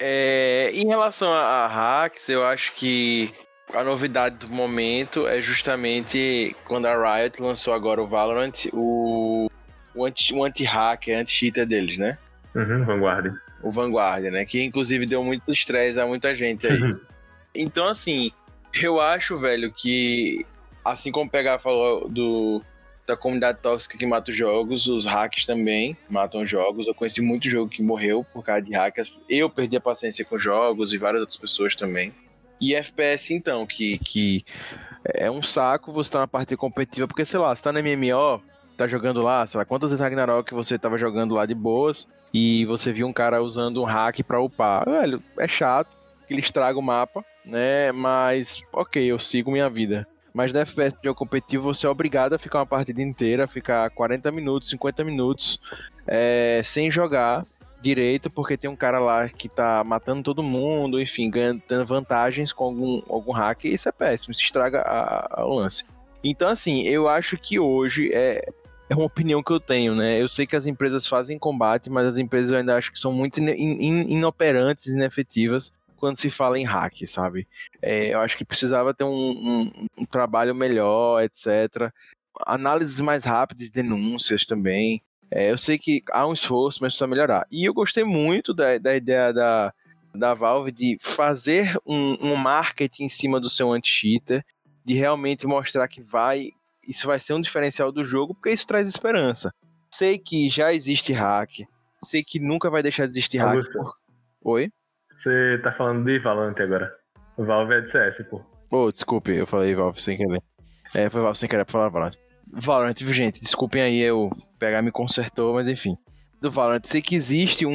Em relação a hacks, eu acho que a novidade do momento é justamente quando a Riot lançou agora o Valorant, o anti-hack, anti-cheater deles, né? Vanguard. O Vanguard, né? Que inclusive deu muito estresse a muita gente aí. Então, assim, eu acho, velho, que assim como o PH falou da comunidade tóxica que mata os jogos, os hacks também matam os jogos. Eu conheci muito jogo que morreu por causa de hackers. Eu perdi a paciência com jogos e várias outras pessoas também. E FPS, então, que é um saco você tá na partida competitiva, porque, sei lá, você tá no MMO, tá jogando lá, sei lá, quantas vezes Ragnarok você tava jogando lá de boas, e você viu um cara usando um hack pra upar. Velho, é chato, que ele estraga o mapa, né, mas, ok, eu sigo minha vida. Mas no FPS de jogo competitivo, você é obrigado a ficar uma partida inteira, ficar 40 minutos, 50 minutos, sem jogar direito, porque tem um cara lá que tá matando todo mundo, enfim, ganhando vantagens com algum hack, e isso é péssimo, isso estraga o lance. Então, assim, eu acho que hoje é uma opinião que eu tenho, né? Eu sei que as empresas fazem combate, mas as empresas eu ainda acho que são muito inoperantes, inefetivas, quando se fala em hack, sabe? Eu acho que precisava ter um trabalho melhor, etc. Análises mais rápidas de denúncias também. Eu sei que há um esforço, mas precisa melhorar. E eu gostei muito da ideia da Valve de fazer um marketing em cima do seu anti-cheater, de realmente mostrar que isso vai ser um diferencial do jogo, porque isso traz esperança. Sei que já existe hack, sei que nunca vai deixar de existir hack. Oi? Você tá falando de Valorant agora. O Valve é de CS, pô. Desculpe, eu falei Valve sem querer. Foi Valve sem querer pra falar Valorant. Valorant, gente, desculpem aí, eu pegar me consertou, mas enfim. Do Valorant, sei que existe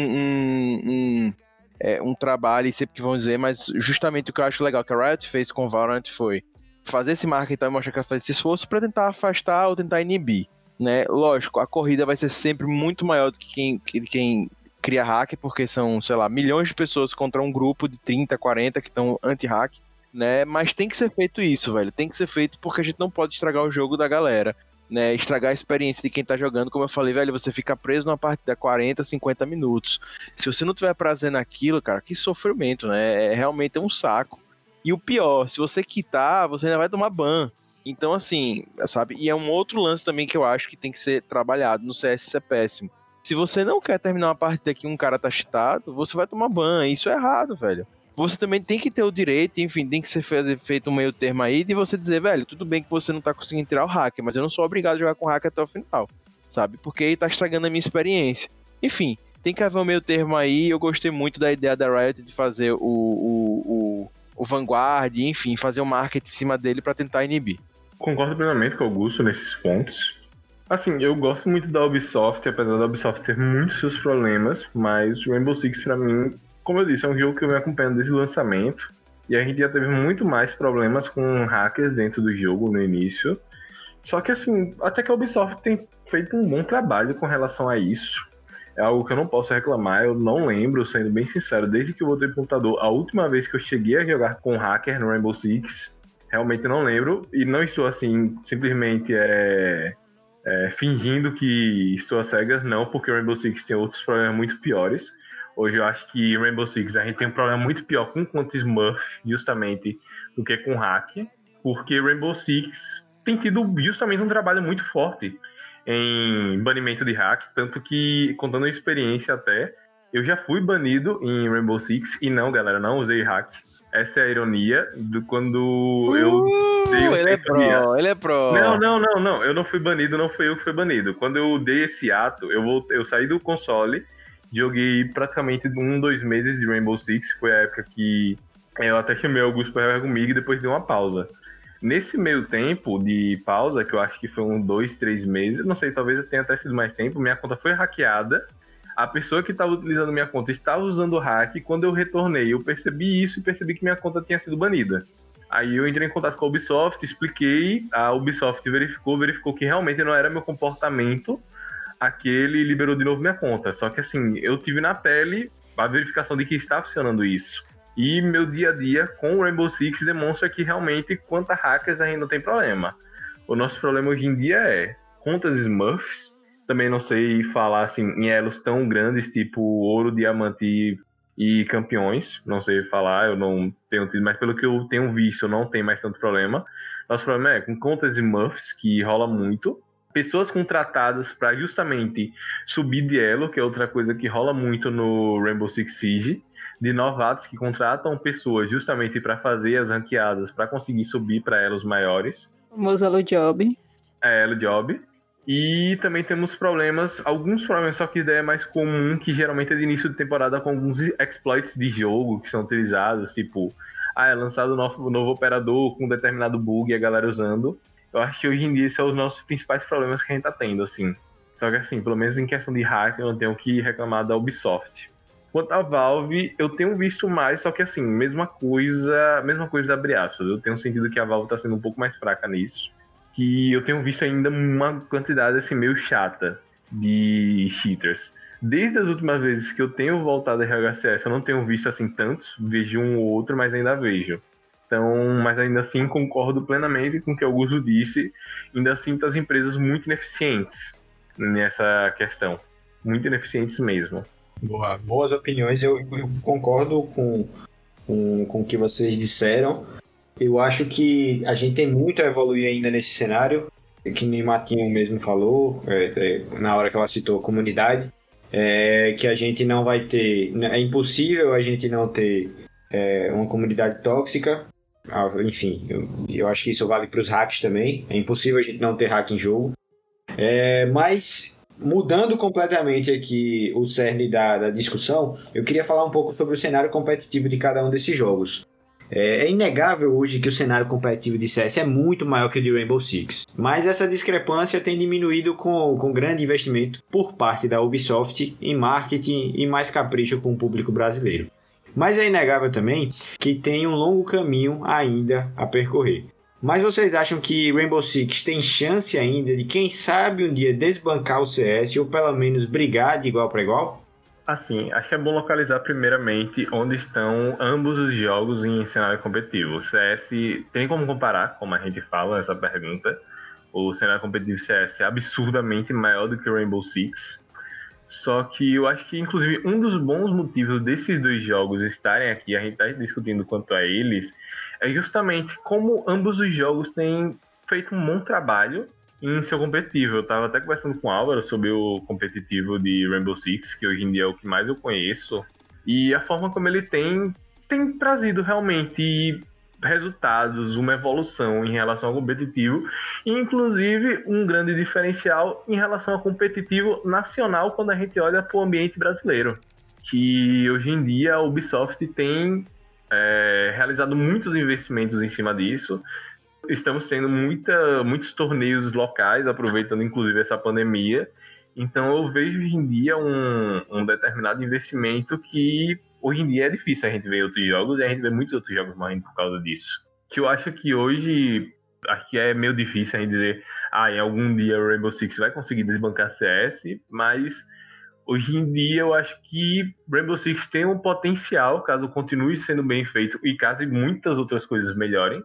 um trabalho, e sempre que vão dizer, mas justamente o que eu acho legal que a Riot fez com o Valorant foi fazer esse marketing e mostrar que ela faz esse esforço pra tentar afastar ou tentar inibir, né? Lógico, a corrida vai ser sempre muito maior do que quem cria hack, porque são, sei lá, milhões de pessoas contra um grupo de 30, 40 que estão anti-hack, né? Mas tem que ser feito isso, velho. Tem que ser feito porque a gente não pode estragar o jogo da galera, né? Estragar a experiência de quem tá jogando. Como eu falei, velho, você fica preso numa partida 40, 50 minutos. Se você não tiver prazer naquilo, cara, que sofrimento, né? Realmente é um saco. E o pior, se você quitar, você ainda vai tomar ban. Então, assim, sabe? E é um outro lance também que eu acho que tem que ser trabalhado no CS, isso é péssimo. Se você não quer terminar uma partida que um cara tá cheatado, você vai tomar ban. Isso é errado, velho. Você também tem que ter o direito, enfim, tem que ser feito um meio termo aí de você dizer, velho, tudo bem que você não tá conseguindo tirar o hack, mas eu não sou obrigado a jogar com hack até o final, sabe? Porque aí tá estragando a minha experiência. Enfim, tem que haver um meio termo aí. Eu gostei muito da ideia da Riot de fazer o Vanguard, enfim, fazer um marketing em cima dele pra tentar inibir. Concordo plenamente com o Augusto nesses pontos. Assim, eu gosto muito da Ubisoft, apesar da Ubisoft ter muitos seus problemas, mas Rainbow Six, pra mim, como eu disse, é um jogo que eu me acompanho desde o lançamento, e a gente já teve muito mais problemas com hackers dentro do jogo no início. Só que, assim, até que a Ubisoft tem feito um bom trabalho com relação a isso. É algo que eu não posso reclamar, eu não lembro, sendo bem sincero, desde que eu voltei pro computador, a última vez que eu cheguei a jogar com hacker no Rainbow Six, realmente não lembro, e não estou, assim, simplesmente fingindo que estou a cegas, não, porque o Rainbow Six tem outros problemas muito piores. Hoje eu acho que Rainbow Six a gente tem um problema muito pior com conta Smurf, justamente, do que com hack, porque Rainbow Six tem tido justamente um trabalho muito forte em banimento de hack, tanto que, contando a experiência até, eu já fui banido em Rainbow Six, e não, galera, não usei hack. Essa é a ironia do quando eu dei ele é pro. Não, eu não fui banido, não fui eu que fui banido. Quando eu dei esse ato, eu saí do console, joguei praticamente 2 meses de Rainbow Six, foi a época que eu até chamei o Augusto pra jogar comigo e depois dei uma pausa. Nesse meio tempo de pausa, que eu acho que foi 2, 3 meses, não sei, talvez tenha até sido mais tempo, minha conta foi hackeada, a pessoa que estava utilizando minha conta estava usando o hack, e quando eu retornei, eu percebi isso e percebi que minha conta tinha sido banida. Aí eu entrei em contato com a Ubisoft, expliquei, a Ubisoft verificou que realmente não era meu comportamento aquele, e liberou de novo minha conta. Só que assim, eu tive na pele a verificação de que está funcionando isso. E meu dia a dia com o Rainbow Six demonstra que realmente, quanto a hackers, a gente não tem problema. O nosso problema hoje em dia é contas Smurfs. Também não sei falar assim, em elos tão grandes, tipo ouro, diamante e campeões. Não sei falar, eu não tenho tido, mas pelo que eu tenho visto, não tem mais tanto problema. Nosso problema é com contas e muffs, que rola muito. Pessoas contratadas para justamente subir de elo, que é outra coisa que rola muito no Rainbow Six Siege, de novatos que contratam pessoas justamente para fazer as ranqueadas, para conseguir subir para elos maiores. O famoso Elo Job. É, Elo Job. E também temos problemas, alguns problemas, só que a ideia é mais comum, que geralmente é de início de temporada, com alguns exploits de jogo que são utilizados, tipo, é lançado um novo operador com determinado bug e a galera usando. Eu acho que hoje em dia esses são os nossos principais problemas que a gente tá tendo, assim. Só que assim, pelo menos em questão de hack, eu não tenho que reclamar da Ubisoft. Quanto à Valve, eu tenho visto mais, só que assim, mesma coisa abre aspas. Eu tenho sentido que a Valve tá sendo um pouco mais fraca nisso. Que eu tenho visto ainda uma quantidade assim meio chata de cheaters. Desde as últimas vezes que eu tenho voltado a RHCS, eu não tenho visto assim tantos, vejo um ou outro, mas ainda vejo. Então, mas ainda assim concordo plenamente com o que o Augusto disse, ainda sinto as empresas muito ineficientes nessa questão, muito ineficientes mesmo. Boas opiniões, eu concordo com o que vocês disseram. Eu acho que a gente tem muito a evoluir ainda nesse cenário, que nem Matinho mesmo falou, na hora que ela citou a comunidade, que a gente não vai ter, é impossível a gente não ter uma comunidade tóxica. Enfim, eu acho que isso vale para os hacks também, é impossível a gente não ter hack em jogo, mas mudando completamente aqui o cerne da discussão, eu queria falar um pouco sobre o cenário competitivo de cada um desses jogos. É inegável hoje que o cenário competitivo de CS é muito maior que o de Rainbow Six, mas essa discrepância tem diminuído com grande investimento por parte da Ubisoft em marketing e mais capricho com o público brasileiro. Mas é inegável também que tem um longo caminho ainda a percorrer. Mas vocês acham que Rainbow Six tem chance ainda de, quem sabe, um dia desbancar o CS ou pelo menos brigar de igual para igual? Assim, acho que é bom localizar primeiramente onde estão ambos os jogos em cenário competitivo. O CS, tem como comparar, como a gente fala nessa pergunta, o cenário competitivo CS é absurdamente maior do que o Rainbow Six. Só que eu acho que, inclusive, um dos bons motivos desses dois jogos estarem aqui, a gente está discutindo quanto a eles, é justamente como ambos os jogos têm feito um bom trabalho em seu competitivo. Eu estava até conversando com o Álvaro sobre o competitivo de Rainbow Six, que hoje em dia é o que mais eu conheço, e a forma como ele tem trazido realmente resultados, uma evolução em relação ao competitivo, e inclusive um grande diferencial em relação ao competitivo nacional quando a gente olha para o ambiente brasileiro, que hoje em dia a Ubisoft tem realizado muitos investimentos em cima disso. Estamos tendo muitos torneios locais, aproveitando inclusive essa pandemia. Então eu vejo hoje em dia um determinado investimento que hoje em dia é difícil a gente ver outros jogos, e a gente vê muitos outros jogos morrendo por causa disso. Que eu acho que hoje, acho que é meio difícil a gente dizer, em algum dia o Rainbow Six vai conseguir desbancar CS, mas hoje em dia eu acho que Rainbow Six tem um potencial, caso continue sendo bem feito e caso muitas outras coisas melhorem,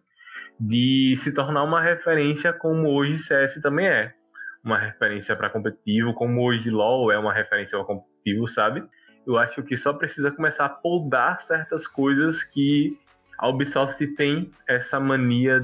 de se tornar uma referência como hoje CS também é. Uma referência para competitivo, como hoje LoL é uma referência para competitivo, sabe? Eu acho que só precisa começar a podar certas coisas que a Ubisoft tem essa mania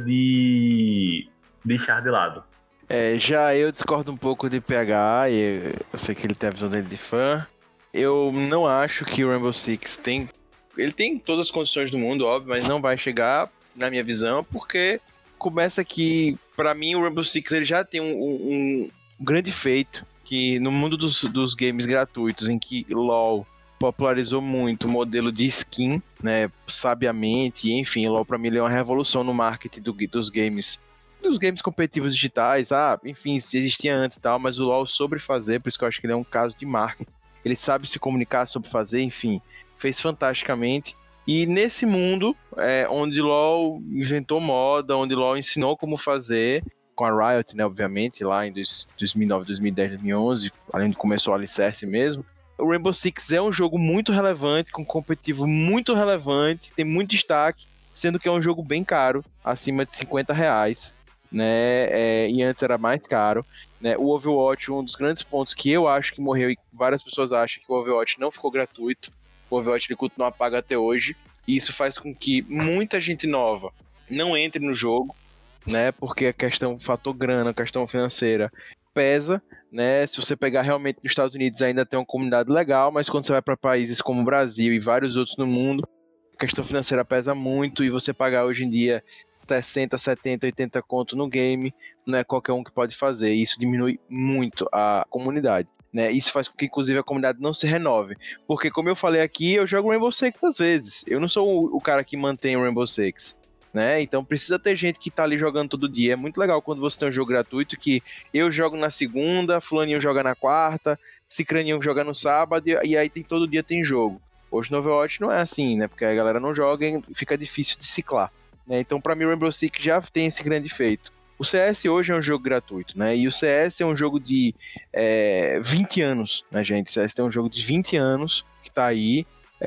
de deixar de lado. Já eu discordo um pouco de PH, e eu sei que ele tem a visão dele de fã. Eu não acho que o Rainbow Six tem... Ele tem todas as condições do mundo, óbvio, mas não vai chegar, na minha visão, porque começa que, pra mim, o Rainbow Six ele já tem um grande feito, que no mundo dos games gratuitos, em que LoL popularizou muito o modelo de skin, né, sabiamente, enfim, LoL pra mim ele é uma revolução no marketing dos games competitivos digitais, enfim, existia antes e tal, mas o LoL soube fazer, por isso que eu acho que ele é um caso de marketing, ele sabe se comunicar, soube fazer, enfim, fez fantasticamente. E nesse mundo, onde LoL inventou moda, onde LoL ensinou como fazer, com a Riot, né, obviamente, lá em 2009, 2010, 2011, além de começou o Alicerce mesmo, o Rainbow Six é um jogo muito relevante, com competitivo muito relevante, tem muito destaque, sendo que é um jogo bem caro, acima de R$50, né, e antes era mais caro, né. O Overwatch, um dos grandes pontos que eu acho que morreu, e várias pessoas acham que o Overwatch não ficou gratuito, o Overwatch ele continua pago até hoje, e isso faz com que muita gente nova não entre no jogo, né, porque a questão, fator grana, a questão financeira pesa, né, se você pegar realmente nos Estados Unidos ainda tem uma comunidade legal, mas quando você vai para países como o Brasil e vários outros no mundo, a questão financeira pesa muito, e você pagar hoje em dia 60, 70, 80 conto no game, não é qualquer um que pode fazer, e isso diminui muito a comunidade, né? Isso faz com que, inclusive, a comunidade não se renove, porque, como eu falei aqui, eu jogo Rainbow Six às vezes, eu não sou o cara que mantém o Rainbow Six, né? Então precisa ter gente que tá ali jogando todo dia. É muito legal quando você tem um jogo gratuito que eu jogo na segunda, fulaninho joga na quarta, cicraninho joga no sábado, e aí todo dia tem jogo. Hoje no Overwatch não é assim, né? Porque a galera não joga e fica difícil de ciclar, né? Então, pra mim, o Rainbow Six já tem esse grande feito. O CS hoje é um jogo gratuito, né? E o CS é um jogo de 20 anos, né, gente? O CS é um jogo de 20 anos que tá aí.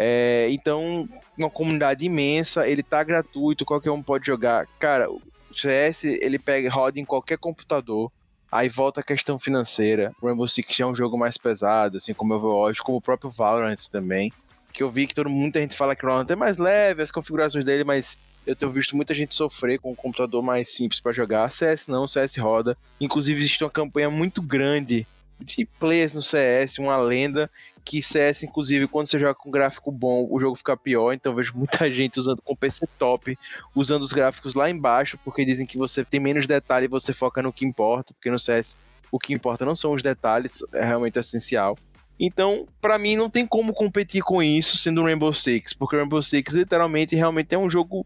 Então, uma comunidade imensa, ele tá gratuito, qualquer um pode jogar. Cara, o CS, ele roda em qualquer computador. Aí volta a questão financeira. O Rainbow Six já é um jogo mais pesado, assim como o Overwatch, como o próprio Valorant também. Que eu vi que muita gente fala que o Valorant é mais leve, as configurações dele, mas eu tenho visto muita gente sofrer com um computador mais simples para jogar. CS não, CS roda. Inclusive existe uma campanha muito grande de players no CS, uma lenda, que CS, inclusive, quando você joga com gráfico bom, o jogo fica pior. Então eu vejo muita gente usando com PC top, usando os gráficos lá embaixo, porque dizem que você tem menos detalhe e você foca no que importa, porque no CS o que importa não são os detalhes, é realmente essencial. Então, pra mim, não tem como competir com isso sendo um Rainbow Six, porque o Rainbow Six, literalmente, realmente é um jogo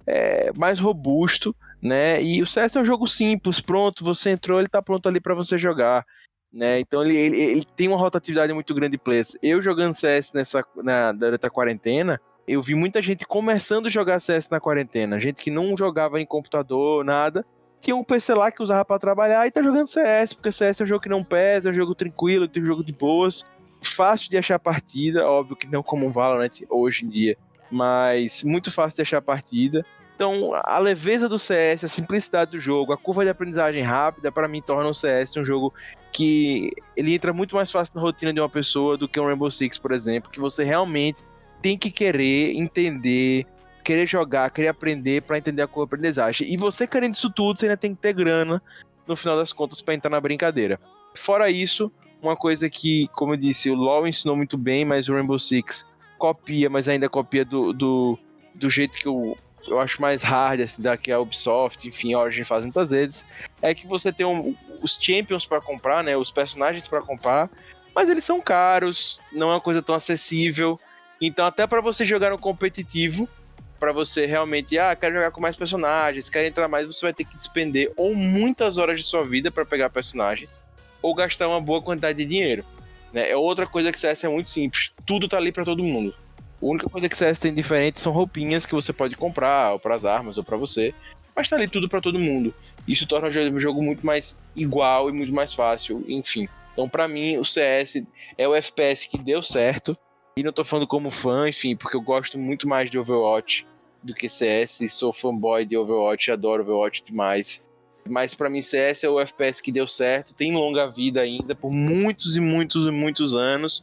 mais robusto, né? E o CS é um jogo simples, pronto, você entrou, ele tá pronto ali pra você jogar, né? Então, ele tem uma rotatividade muito grande de players. Eu jogando CS durante a quarentena, eu vi muita gente começando a jogar CS na quarentena, gente que não jogava em computador, nada, tinha um PC lá que usava pra trabalhar e tá jogando CS, porque CS é um jogo que não pesa, é um jogo tranquilo, tem um jogo de boas, fácil de achar partida, óbvio que não como um Valorant hoje em dia, mas muito fácil de achar partida. Então, a leveza do CS, a simplicidade do jogo, a curva de aprendizagem rápida, para mim, torna o CS um jogo que ele entra muito mais fácil na rotina de uma pessoa do que um Rainbow Six, por exemplo, que você realmente tem que querer entender, querer jogar, querer aprender para entender a curva de aprendizagem. E você querendo isso tudo, você ainda tem que ter grana, no final das contas, para entrar na brincadeira. Fora isso, uma coisa que, como eu disse, o LoL ensinou muito bem, mas o Rainbow Six copia, mas ainda copia do jeito que eu acho mais hard, assim, que a Ubisoft, enfim, a Origin faz muitas vezes, é que você tem os Champions para comprar, né, os personagens para comprar, mas eles são caros, não é uma coisa tão acessível, então até para você jogar no competitivo, para você realmente, quero jogar com mais personagens, quero entrar mais, você vai ter que despender ou muitas horas de sua vida para pegar personagens, ou gastar uma boa quantidade de dinheiro, né? É outra coisa que CS é muito simples, tudo tá ali para todo mundo. A única coisa que CS tem diferente são roupinhas que você pode comprar, ou para as armas, ou para você, mas tá ali tudo para todo mundo. Isso torna o jogo muito mais igual e muito mais fácil, enfim. Então, para mim, o CS é o FPS que deu certo, e não tô falando como fã, enfim, porque eu gosto muito mais de Overwatch do que CS, sou fanboy de Overwatch, adoro Overwatch demais. Mas pra mim CS é o FPS que deu certo, tem longa vida ainda, por muitos e muitos e muitos anos,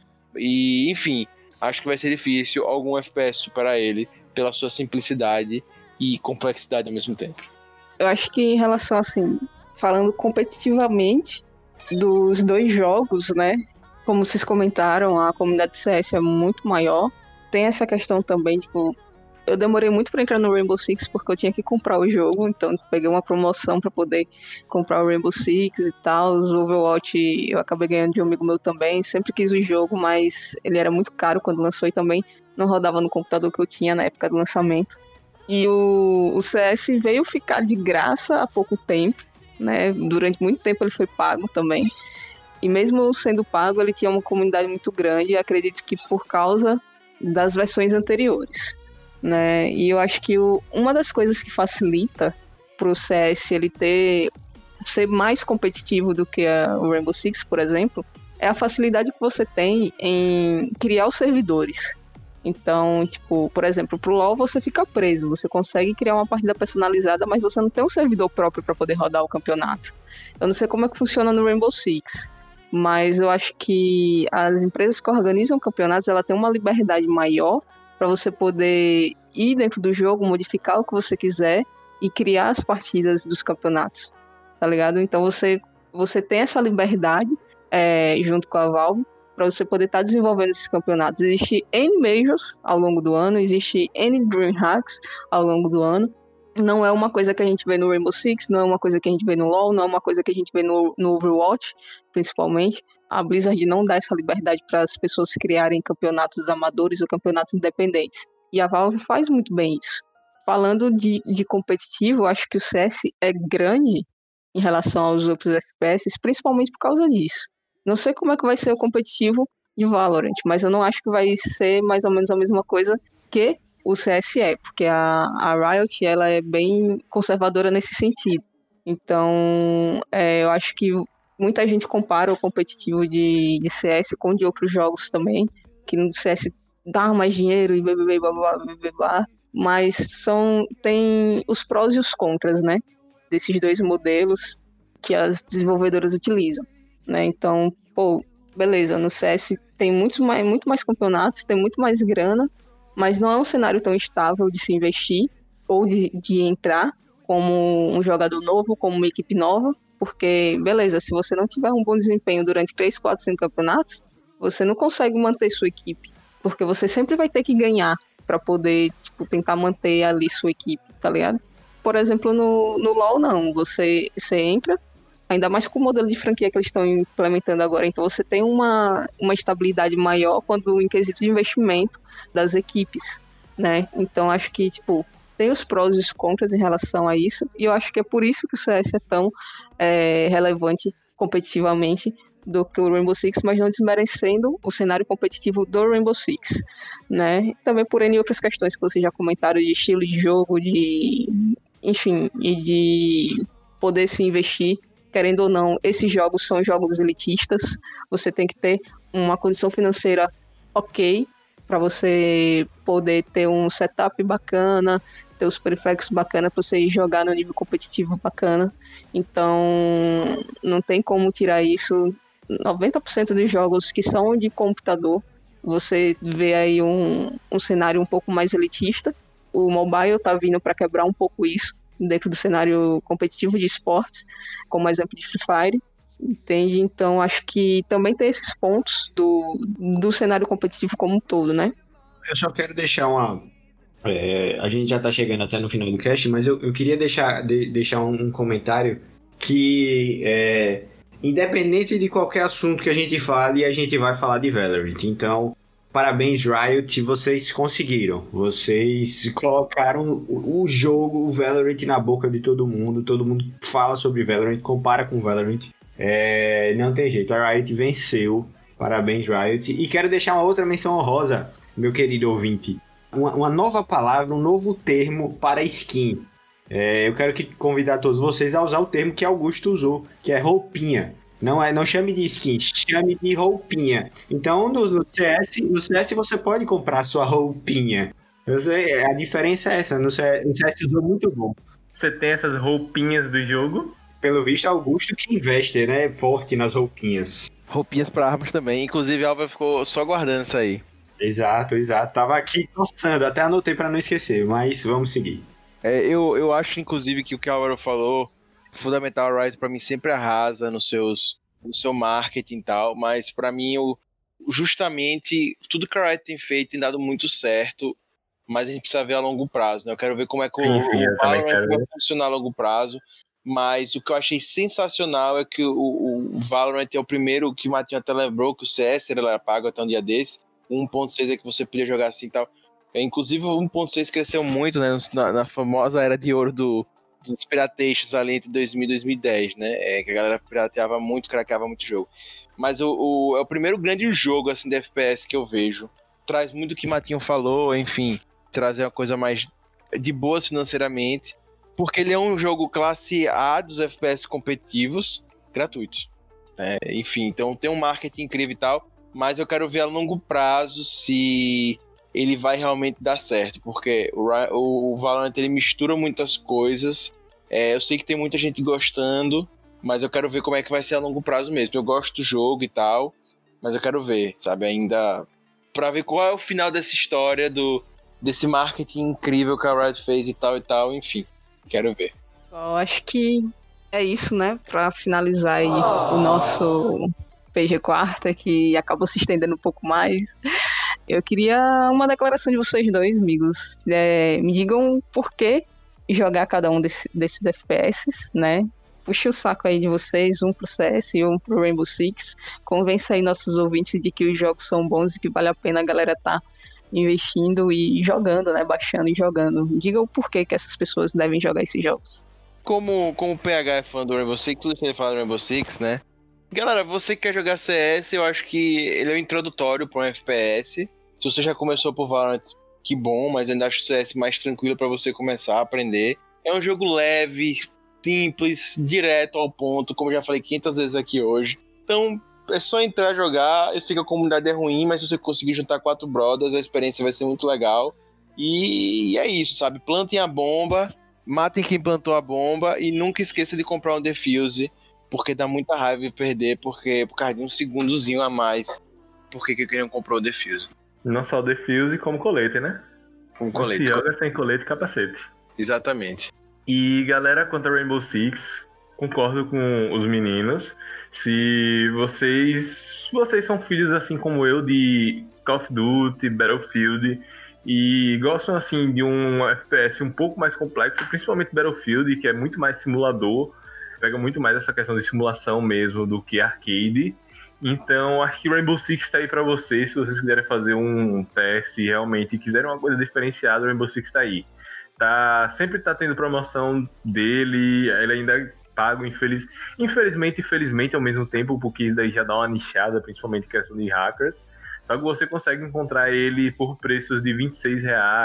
e enfim, acho que vai ser difícil algum FPS superar ele pela sua simplicidade e complexidade ao mesmo tempo. Eu acho que em relação, assim, falando competitivamente dos dois jogos, né, como vocês comentaram, a comunidade CS é muito maior, tem essa questão também, tipo, eu demorei muito para entrar no Rainbow Six porque eu tinha que comprar o jogo, então peguei uma promoção para poder comprar o Rainbow Six e tal. O Overwatch eu acabei ganhando de um amigo meu também, sempre quis o jogo, mas ele era muito caro quando lançou e também não rodava no computador que eu tinha na época do lançamento. E o CS veio ficar de graça há pouco tempo, né? Durante muito tempo ele foi pago também. E mesmo sendo pago, ele tinha uma comunidade muito grande, e acredito que por causa das versões anteriores, né? E eu acho que uma das coisas que facilita pro CS ele ser mais competitivo do que o Rainbow Six, por exemplo, é a facilidade que você tem em criar os servidores. Então, tipo, por exemplo, pro LoL você fica preso, você consegue criar uma partida personalizada, mas você não tem um servidor próprio para poder rodar o campeonato. Eu não sei como é que funciona no Rainbow Six, mas eu acho que as empresas que organizam campeonatos, ela tem uma liberdade maior para você poder ir dentro do jogo, modificar o que você quiser e criar as partidas dos campeonatos, tá ligado? Então você tem essa liberdade junto com a Valve para você poder estar desenvolvendo esses campeonatos. Existe N Majors ao longo do ano, existe N DreamHacks ao longo do ano. Não é uma coisa que a gente vê no Rainbow Six, não é uma coisa que a gente vê no LoL, não é uma coisa que a gente vê no Overwatch, principalmente. A Blizzard não dá essa liberdade para as pessoas criarem campeonatos amadores ou campeonatos independentes. E a Valve faz muito bem isso. Falando de competitivo, acho que o CS é grande em relação aos outros FPS, principalmente por causa disso. Não sei como é que vai ser o competitivo de Valorant, mas eu não acho que vai ser mais ou menos a mesma coisa que o CSE, porque a Riot ela é bem conservadora nesse sentido. Então, eu acho que muita gente compara o competitivo de CS com de outros jogos também, que no CS dá mais dinheiro e blá, mas tem os prós e os contras, né? Desses dois modelos que as desenvolvedoras utilizam, né? Então, beleza, no CS tem muito mais campeonatos, tem muito mais grana, mas não é um cenário tão estável de se investir ou de entrar como um jogador novo, como uma equipe nova, porque, beleza, se você não tiver um bom desempenho durante 3, 4, 5 campeonatos, você não consegue manter sua equipe, porque você sempre vai ter que ganhar para poder, tentar manter ali sua equipe, tá ligado? Por exemplo, no LoL, não, você entra, ainda mais com o modelo de franquia que eles estão implementando agora. Então você tem uma estabilidade maior quando em quesito de investimento das equipes, né? Então acho que, tem os prós e os contras em relação a isso. E eu acho que é por isso que o CS é tão relevante competitivamente do que o Rainbow Six, mas não desmerecendo o cenário competitivo do Rainbow Six, né? Também por N outras questões que vocês já comentaram, de estilo de jogo, enfim, e de poder se investir. Querendo ou não, esses jogos são jogos elitistas. Você tem que ter uma condição financeira ok para você poder ter um setup bacana, ter os periféricos bacanas para você jogar no nível competitivo bacana. Então, não tem como tirar isso. 90% dos jogos que são de computador, você vê aí um cenário um pouco mais elitista. O mobile tá vindo para quebrar um pouco isso dentro do cenário competitivo de esportes, como exemplo de Free Fire, entende? Então, acho que também tem esses pontos do cenário competitivo como um todo, né? Eu só quero deixar a gente já tá chegando até no final do cast, mas eu queria deixar um comentário que, independente de qualquer assunto que a gente fale, a gente vai falar de Valorant. Então, parabéns, Riot, vocês conseguiram. Vocês colocaram o jogo, o Valorant, na boca de todo mundo fala sobre Valorant, compara com Valorant. Não tem jeito, a Riot venceu. Parabéns, Riot. E quero deixar uma outra menção honrosa, meu querido ouvinte. Uma nova palavra, um novo termo para skin. Eu quero convidar todos vocês a usar o termo que Augusto usou, que é roupinha. Não chame de skin, chame de roupinha. Então, no CS você pode comprar sua roupinha. A diferença é essa. No CS usou muito bom. Você tem essas roupinhas do jogo? Pelo visto, Augusto que investe, né? Forte nas roupinhas. Roupinhas para armas também. Inclusive, a Alva ficou só guardando isso aí. Exato. Tava aqui coçando. Até anotei para não esquecer, mas vamos seguir. Eu acho, inclusive, que o que a Álvaro falou, fundamental, a Riot pra mim sempre arrasa no seu marketing e tal, mas pra mim justamente tudo que a Riot tem feito tem dado muito certo, mas a gente precisa ver a longo prazo, né? Eu quero ver como é que o Valorant vai funcionar a longo prazo, mas o que eu achei sensacional é que o Valorant é o primeiro que o Matinho até lembrou que o CS ele era pago até um dia desse, 1.6 é que você podia jogar assim e tal. Inclusive o 1.6 cresceu muito, né, na famosa era de ouro dos pirateations ali entre 2000 e 2010, né? Que a galera pirateava muito, craqueava muito jogo. Mas é o primeiro grande jogo assim, de FPS que eu vejo. Traz muito o que o Matinho falou, enfim, trazer uma coisa mais de boas financeiramente, porque ele é um jogo classe A dos FPS competitivos, gratuitos. Enfim, então tem um marketing incrível e tal, mas eu quero ver a longo prazo se ele vai realmente dar certo, porque o Valorant ele mistura muitas coisas. Eu sei que tem muita gente gostando, mas eu quero ver como é que vai ser a longo prazo mesmo. Eu gosto do jogo e tal, mas eu quero ver, sabe, ainda pra ver qual é o final dessa história desse marketing incrível que a Riot fez e tal, enfim, quero ver. Eu acho que é isso, né? Pra finalizar aí o nosso PG Quarta, que acabou se estendendo um pouco mais. Eu queria uma declaração de vocês dois, amigos. Me digam por que jogar cada um desses FPS, né? Puxe o saco aí de vocês, um pro CS e um pro Rainbow Six. Convença aí nossos ouvintes de que os jogos são bons e que vale a pena a galera tá investindo e jogando, né? Baixando e jogando. Digam o porquê que essas pessoas devem jogar esses jogos. Como o PH é fã do Rainbow Six, tudo que ele fala do Rainbow Six, né? Galera, você que quer jogar CS, eu acho que ele é o introdutório para um FPS. Se você já começou por Valorant, que bom, mas eu ainda acho o CS mais tranquilo para você começar a aprender. É um jogo leve, simples, direto ao ponto, como eu já falei 500 vezes aqui hoje. Então, é só entrar, jogar. Eu sei que a comunidade é ruim, mas se você conseguir juntar 4 brothers, a experiência vai ser muito legal. E é isso, sabe? Plantem a bomba, matem quem plantou a bomba e nunca esqueça de comprar um defuse, porque dá muita raiva de perder, por causa de um segundozinho a mais. Por que eu não comprou o defuse? Não só o defuse, como colete, né? Com colete. Se joga sem colete e capacete. Exatamente. E galera, quanto a Rainbow Six, concordo com os meninos. Se vocês são filhos assim como eu de Call of Duty, Battlefield e gostam assim de um FPS um pouco mais complexo, principalmente Battlefield, que é muito mais simulador, pega muito mais essa questão de simulação mesmo do que arcade. Então acho que Rainbow Six está aí para vocês. Se vocês quiserem fazer um teste realmente e quiserem uma coisa diferenciada, Rainbow Six está aí. Sempre tá tendo promoção dele, ele ainda é pago, infelizmente e felizmente ao mesmo tempo, porque isso daí já dá uma nichada, principalmente em questão de hackers. Só que você consegue encontrar ele por preços de R$26,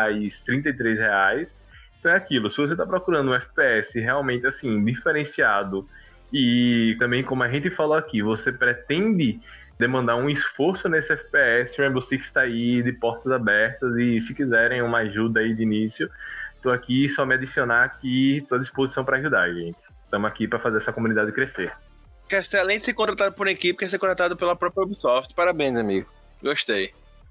R$33. Então é aquilo, se você tá procurando um FPS realmente assim, diferenciado, e também como a gente falou aqui, você pretende demandar um esforço nesse FPS, Rainbow Six tá aí de portas abertas, e se quiserem uma ajuda aí de início, tô aqui, só me adicionar aqui, tô à disposição para ajudar, gente. Estamos aqui para fazer essa comunidade crescer. Além de ser contratado por equipe, quer ser contratado pela própria Ubisoft. Parabéns, amigo. Gostei.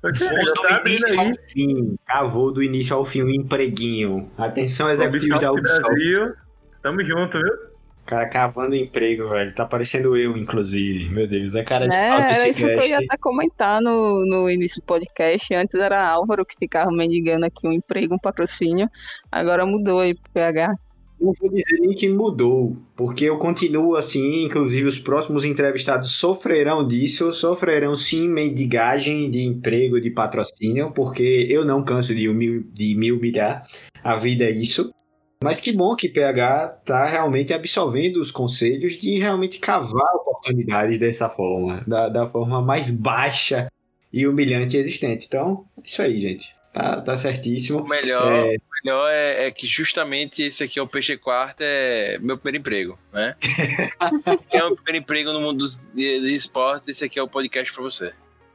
Cavou do início ao fim um empreguinho. Atenção, executivos da Ubisoft. Brasil, tamo junto, viu? Cara cavando emprego, velho. Tá parecendo eu, inclusive. Meu Deus, é cara de pau Era desse isso que eu ia até comentar no início do podcast. Antes era Álvaro que ficava mendigando aqui um emprego, um patrocínio. Agora mudou aí pro PH. Não vou dizer nem que mudou, porque eu continuo assim, inclusive os próximos entrevistados sofrerão disso, sofrerão sim mendigagem de emprego, de patrocínio, porque eu não canso de me humilhar, a vida é isso. Mas que bom que PH tá realmente absorvendo os conselhos de realmente cavar oportunidades dessa forma, da forma mais baixa e humilhante existente. Então, é isso aí, gente. Tá certíssimo. O melhor é que justamente esse aqui é o PG Quarta, é meu primeiro emprego, né? Quem é o primeiro emprego no mundo dos esportes, esse aqui é o podcast pra você.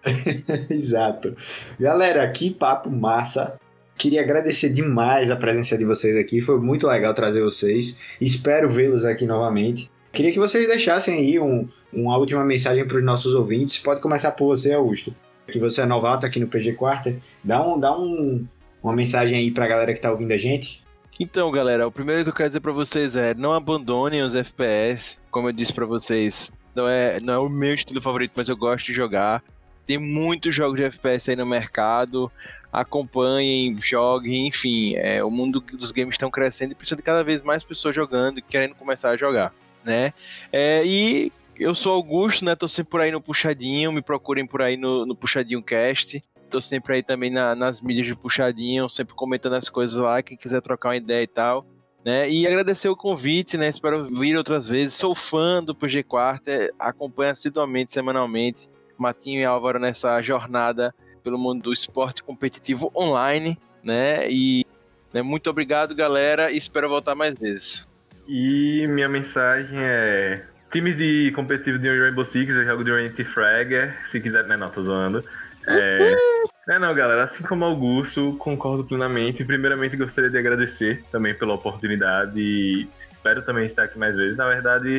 Exato. Galera, que papo massa. Queria agradecer demais a presença de vocês aqui, foi muito legal trazer vocês. Espero vê-los aqui novamente. Queria que vocês deixassem aí uma última mensagem para os nossos ouvintes. Pode começar por você, Augusto. Que você é novato aqui no PG Quarta. Dá uma mensagem aí para a galera que tá ouvindo a gente. Então, galera, o primeiro que eu quero dizer para vocês é: não abandonem os FPS. Como eu disse para vocês, não é o meu estilo favorito, mas eu gosto de jogar. Tem muitos jogos de FPS aí no mercado. Acompanhem, joguem, enfim, o mundo dos games estão crescendo e precisa de cada vez mais pessoas jogando e querendo começar a jogar, né? E eu sou Augusto, né? Tô sempre por aí no Puxadinho, me procurem por aí no Puxadinho Cast. Tô sempre aí também nas mídias de Puxadinho, sempre comentando as coisas lá, quem quiser trocar uma ideia e tal, né? E agradecer o convite, né? Espero vir outras vezes. Sou fã do PG Quarta, acompanho assiduamente, semanalmente, Matinho e Álvaro nessa jornada pelo mundo do esporte competitivo online, né? E muito obrigado, galera, e espero voltar mais vezes. E minha mensagem é: times de competitivo de Rainbow Six, eu jogo de Unity Fragger, se quiser, não, tô zoando. Não, galera, assim como Augusto, concordo plenamente. Primeiramente, gostaria de agradecer também pela oportunidade e espero também estar aqui mais vezes. Na verdade,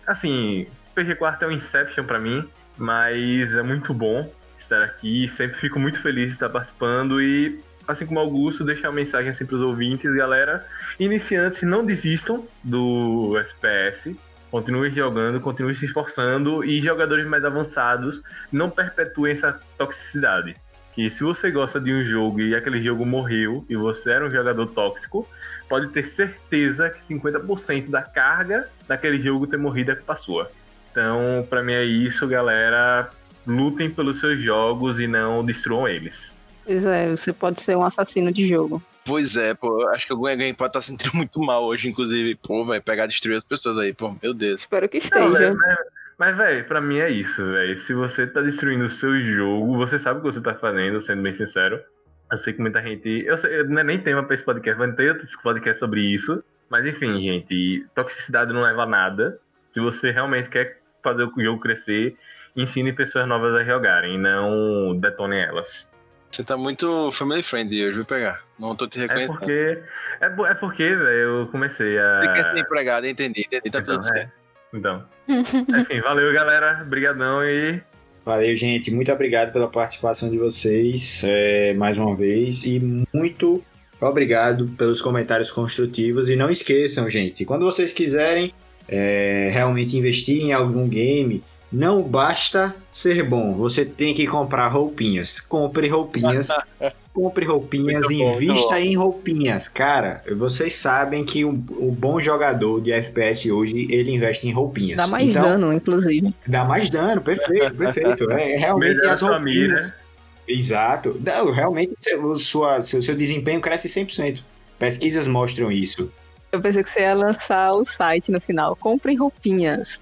assim, PG Quarto é um Inception pra mim, mas é muito bom estar aqui, sempre fico muito feliz de estar participando e, assim como Augusto, deixar uma mensagem assim pros ouvintes, galera, iniciantes, não desistam do FPS, continuem jogando, continuem se esforçando e jogadores mais avançados não perpetuem essa toxicidade. Que se você gosta de um jogo e aquele jogo morreu e você era um jogador tóxico, pode ter certeza que 50% da carga daquele jogo ter morrido é culpa sua. Então, pra mim é isso, galera. Lutem pelos seus jogos e não destruam eles. Pois é, você pode ser um assassino de jogo. Pois é, pô, acho que o Gwen pode estar sentindo muito mal hoje, inclusive. Pô, vai pegar e destruir as pessoas aí, pô, meu Deus. Espero que Não, esteja. velho, mas, velho, pra mim é isso, velho. Se você tá destruindo o seu jogo, você sabe o que você tá fazendo, sendo bem sincero. Eu sei que muita gente... Eu não é nem tema pra esse podcast, vai ter outros podcasts sobre isso. Mas enfim, gente, toxicidade não leva a nada. Se você realmente quer fazer o jogo crescer, ensine pessoas novas a jogarem, não detone elas. Você tá muito family friendly hoje, vou pegar. Não tô te reconhecendo. É porque, velho, eu comecei a... Você quer ser empregado, entendi, tá tudo certo. Então, enfim, valeu, galera, brigadão e... Valeu, gente. Muito obrigado pela participação de vocês mais uma vez. E muito obrigado pelos comentários construtivos. E não esqueçam, gente, quando vocês quiserem realmente investir em algum game, não basta ser bom. Você tem que comprar roupinhas. Compre roupinhas. Compre roupinhas, invista em roupinhas. Cara, vocês sabem que o bom jogador de FPS hoje, ele investe em roupinhas. Dá mais dano, inclusive. Dá mais dano, perfeito, perfeito. Realmente as roupinhas... Família. Exato. Não, realmente seu desempenho cresce 100%. Pesquisas mostram isso. Eu pensei que você ia lançar o site no final. Comprem roupinhas.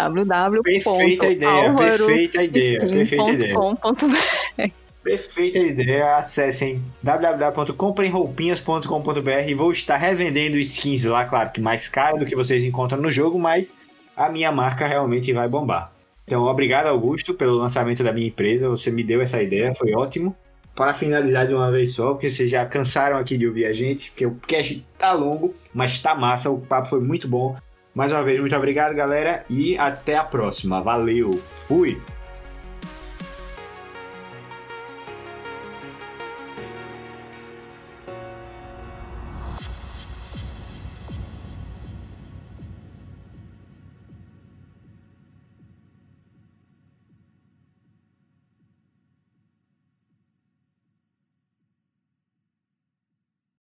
www.alvaroskin.com.br. Perfeita ideia. Acessem www.compremroupinhas.com.br. Vou estar revendendo skins lá, claro que mais caro do que vocês encontram no jogo, mas a minha marca realmente vai bombar. Então, obrigado, Augusto, pelo lançamento da minha empresa. Você me deu essa ideia, foi ótimo. Para finalizar de uma vez só, porque vocês já cansaram aqui de ouvir a gente, porque o podcast tá longo, mas tá massa, o papo foi muito bom. Mais uma vez, muito obrigado, galera, e até a próxima. Valeu, fui!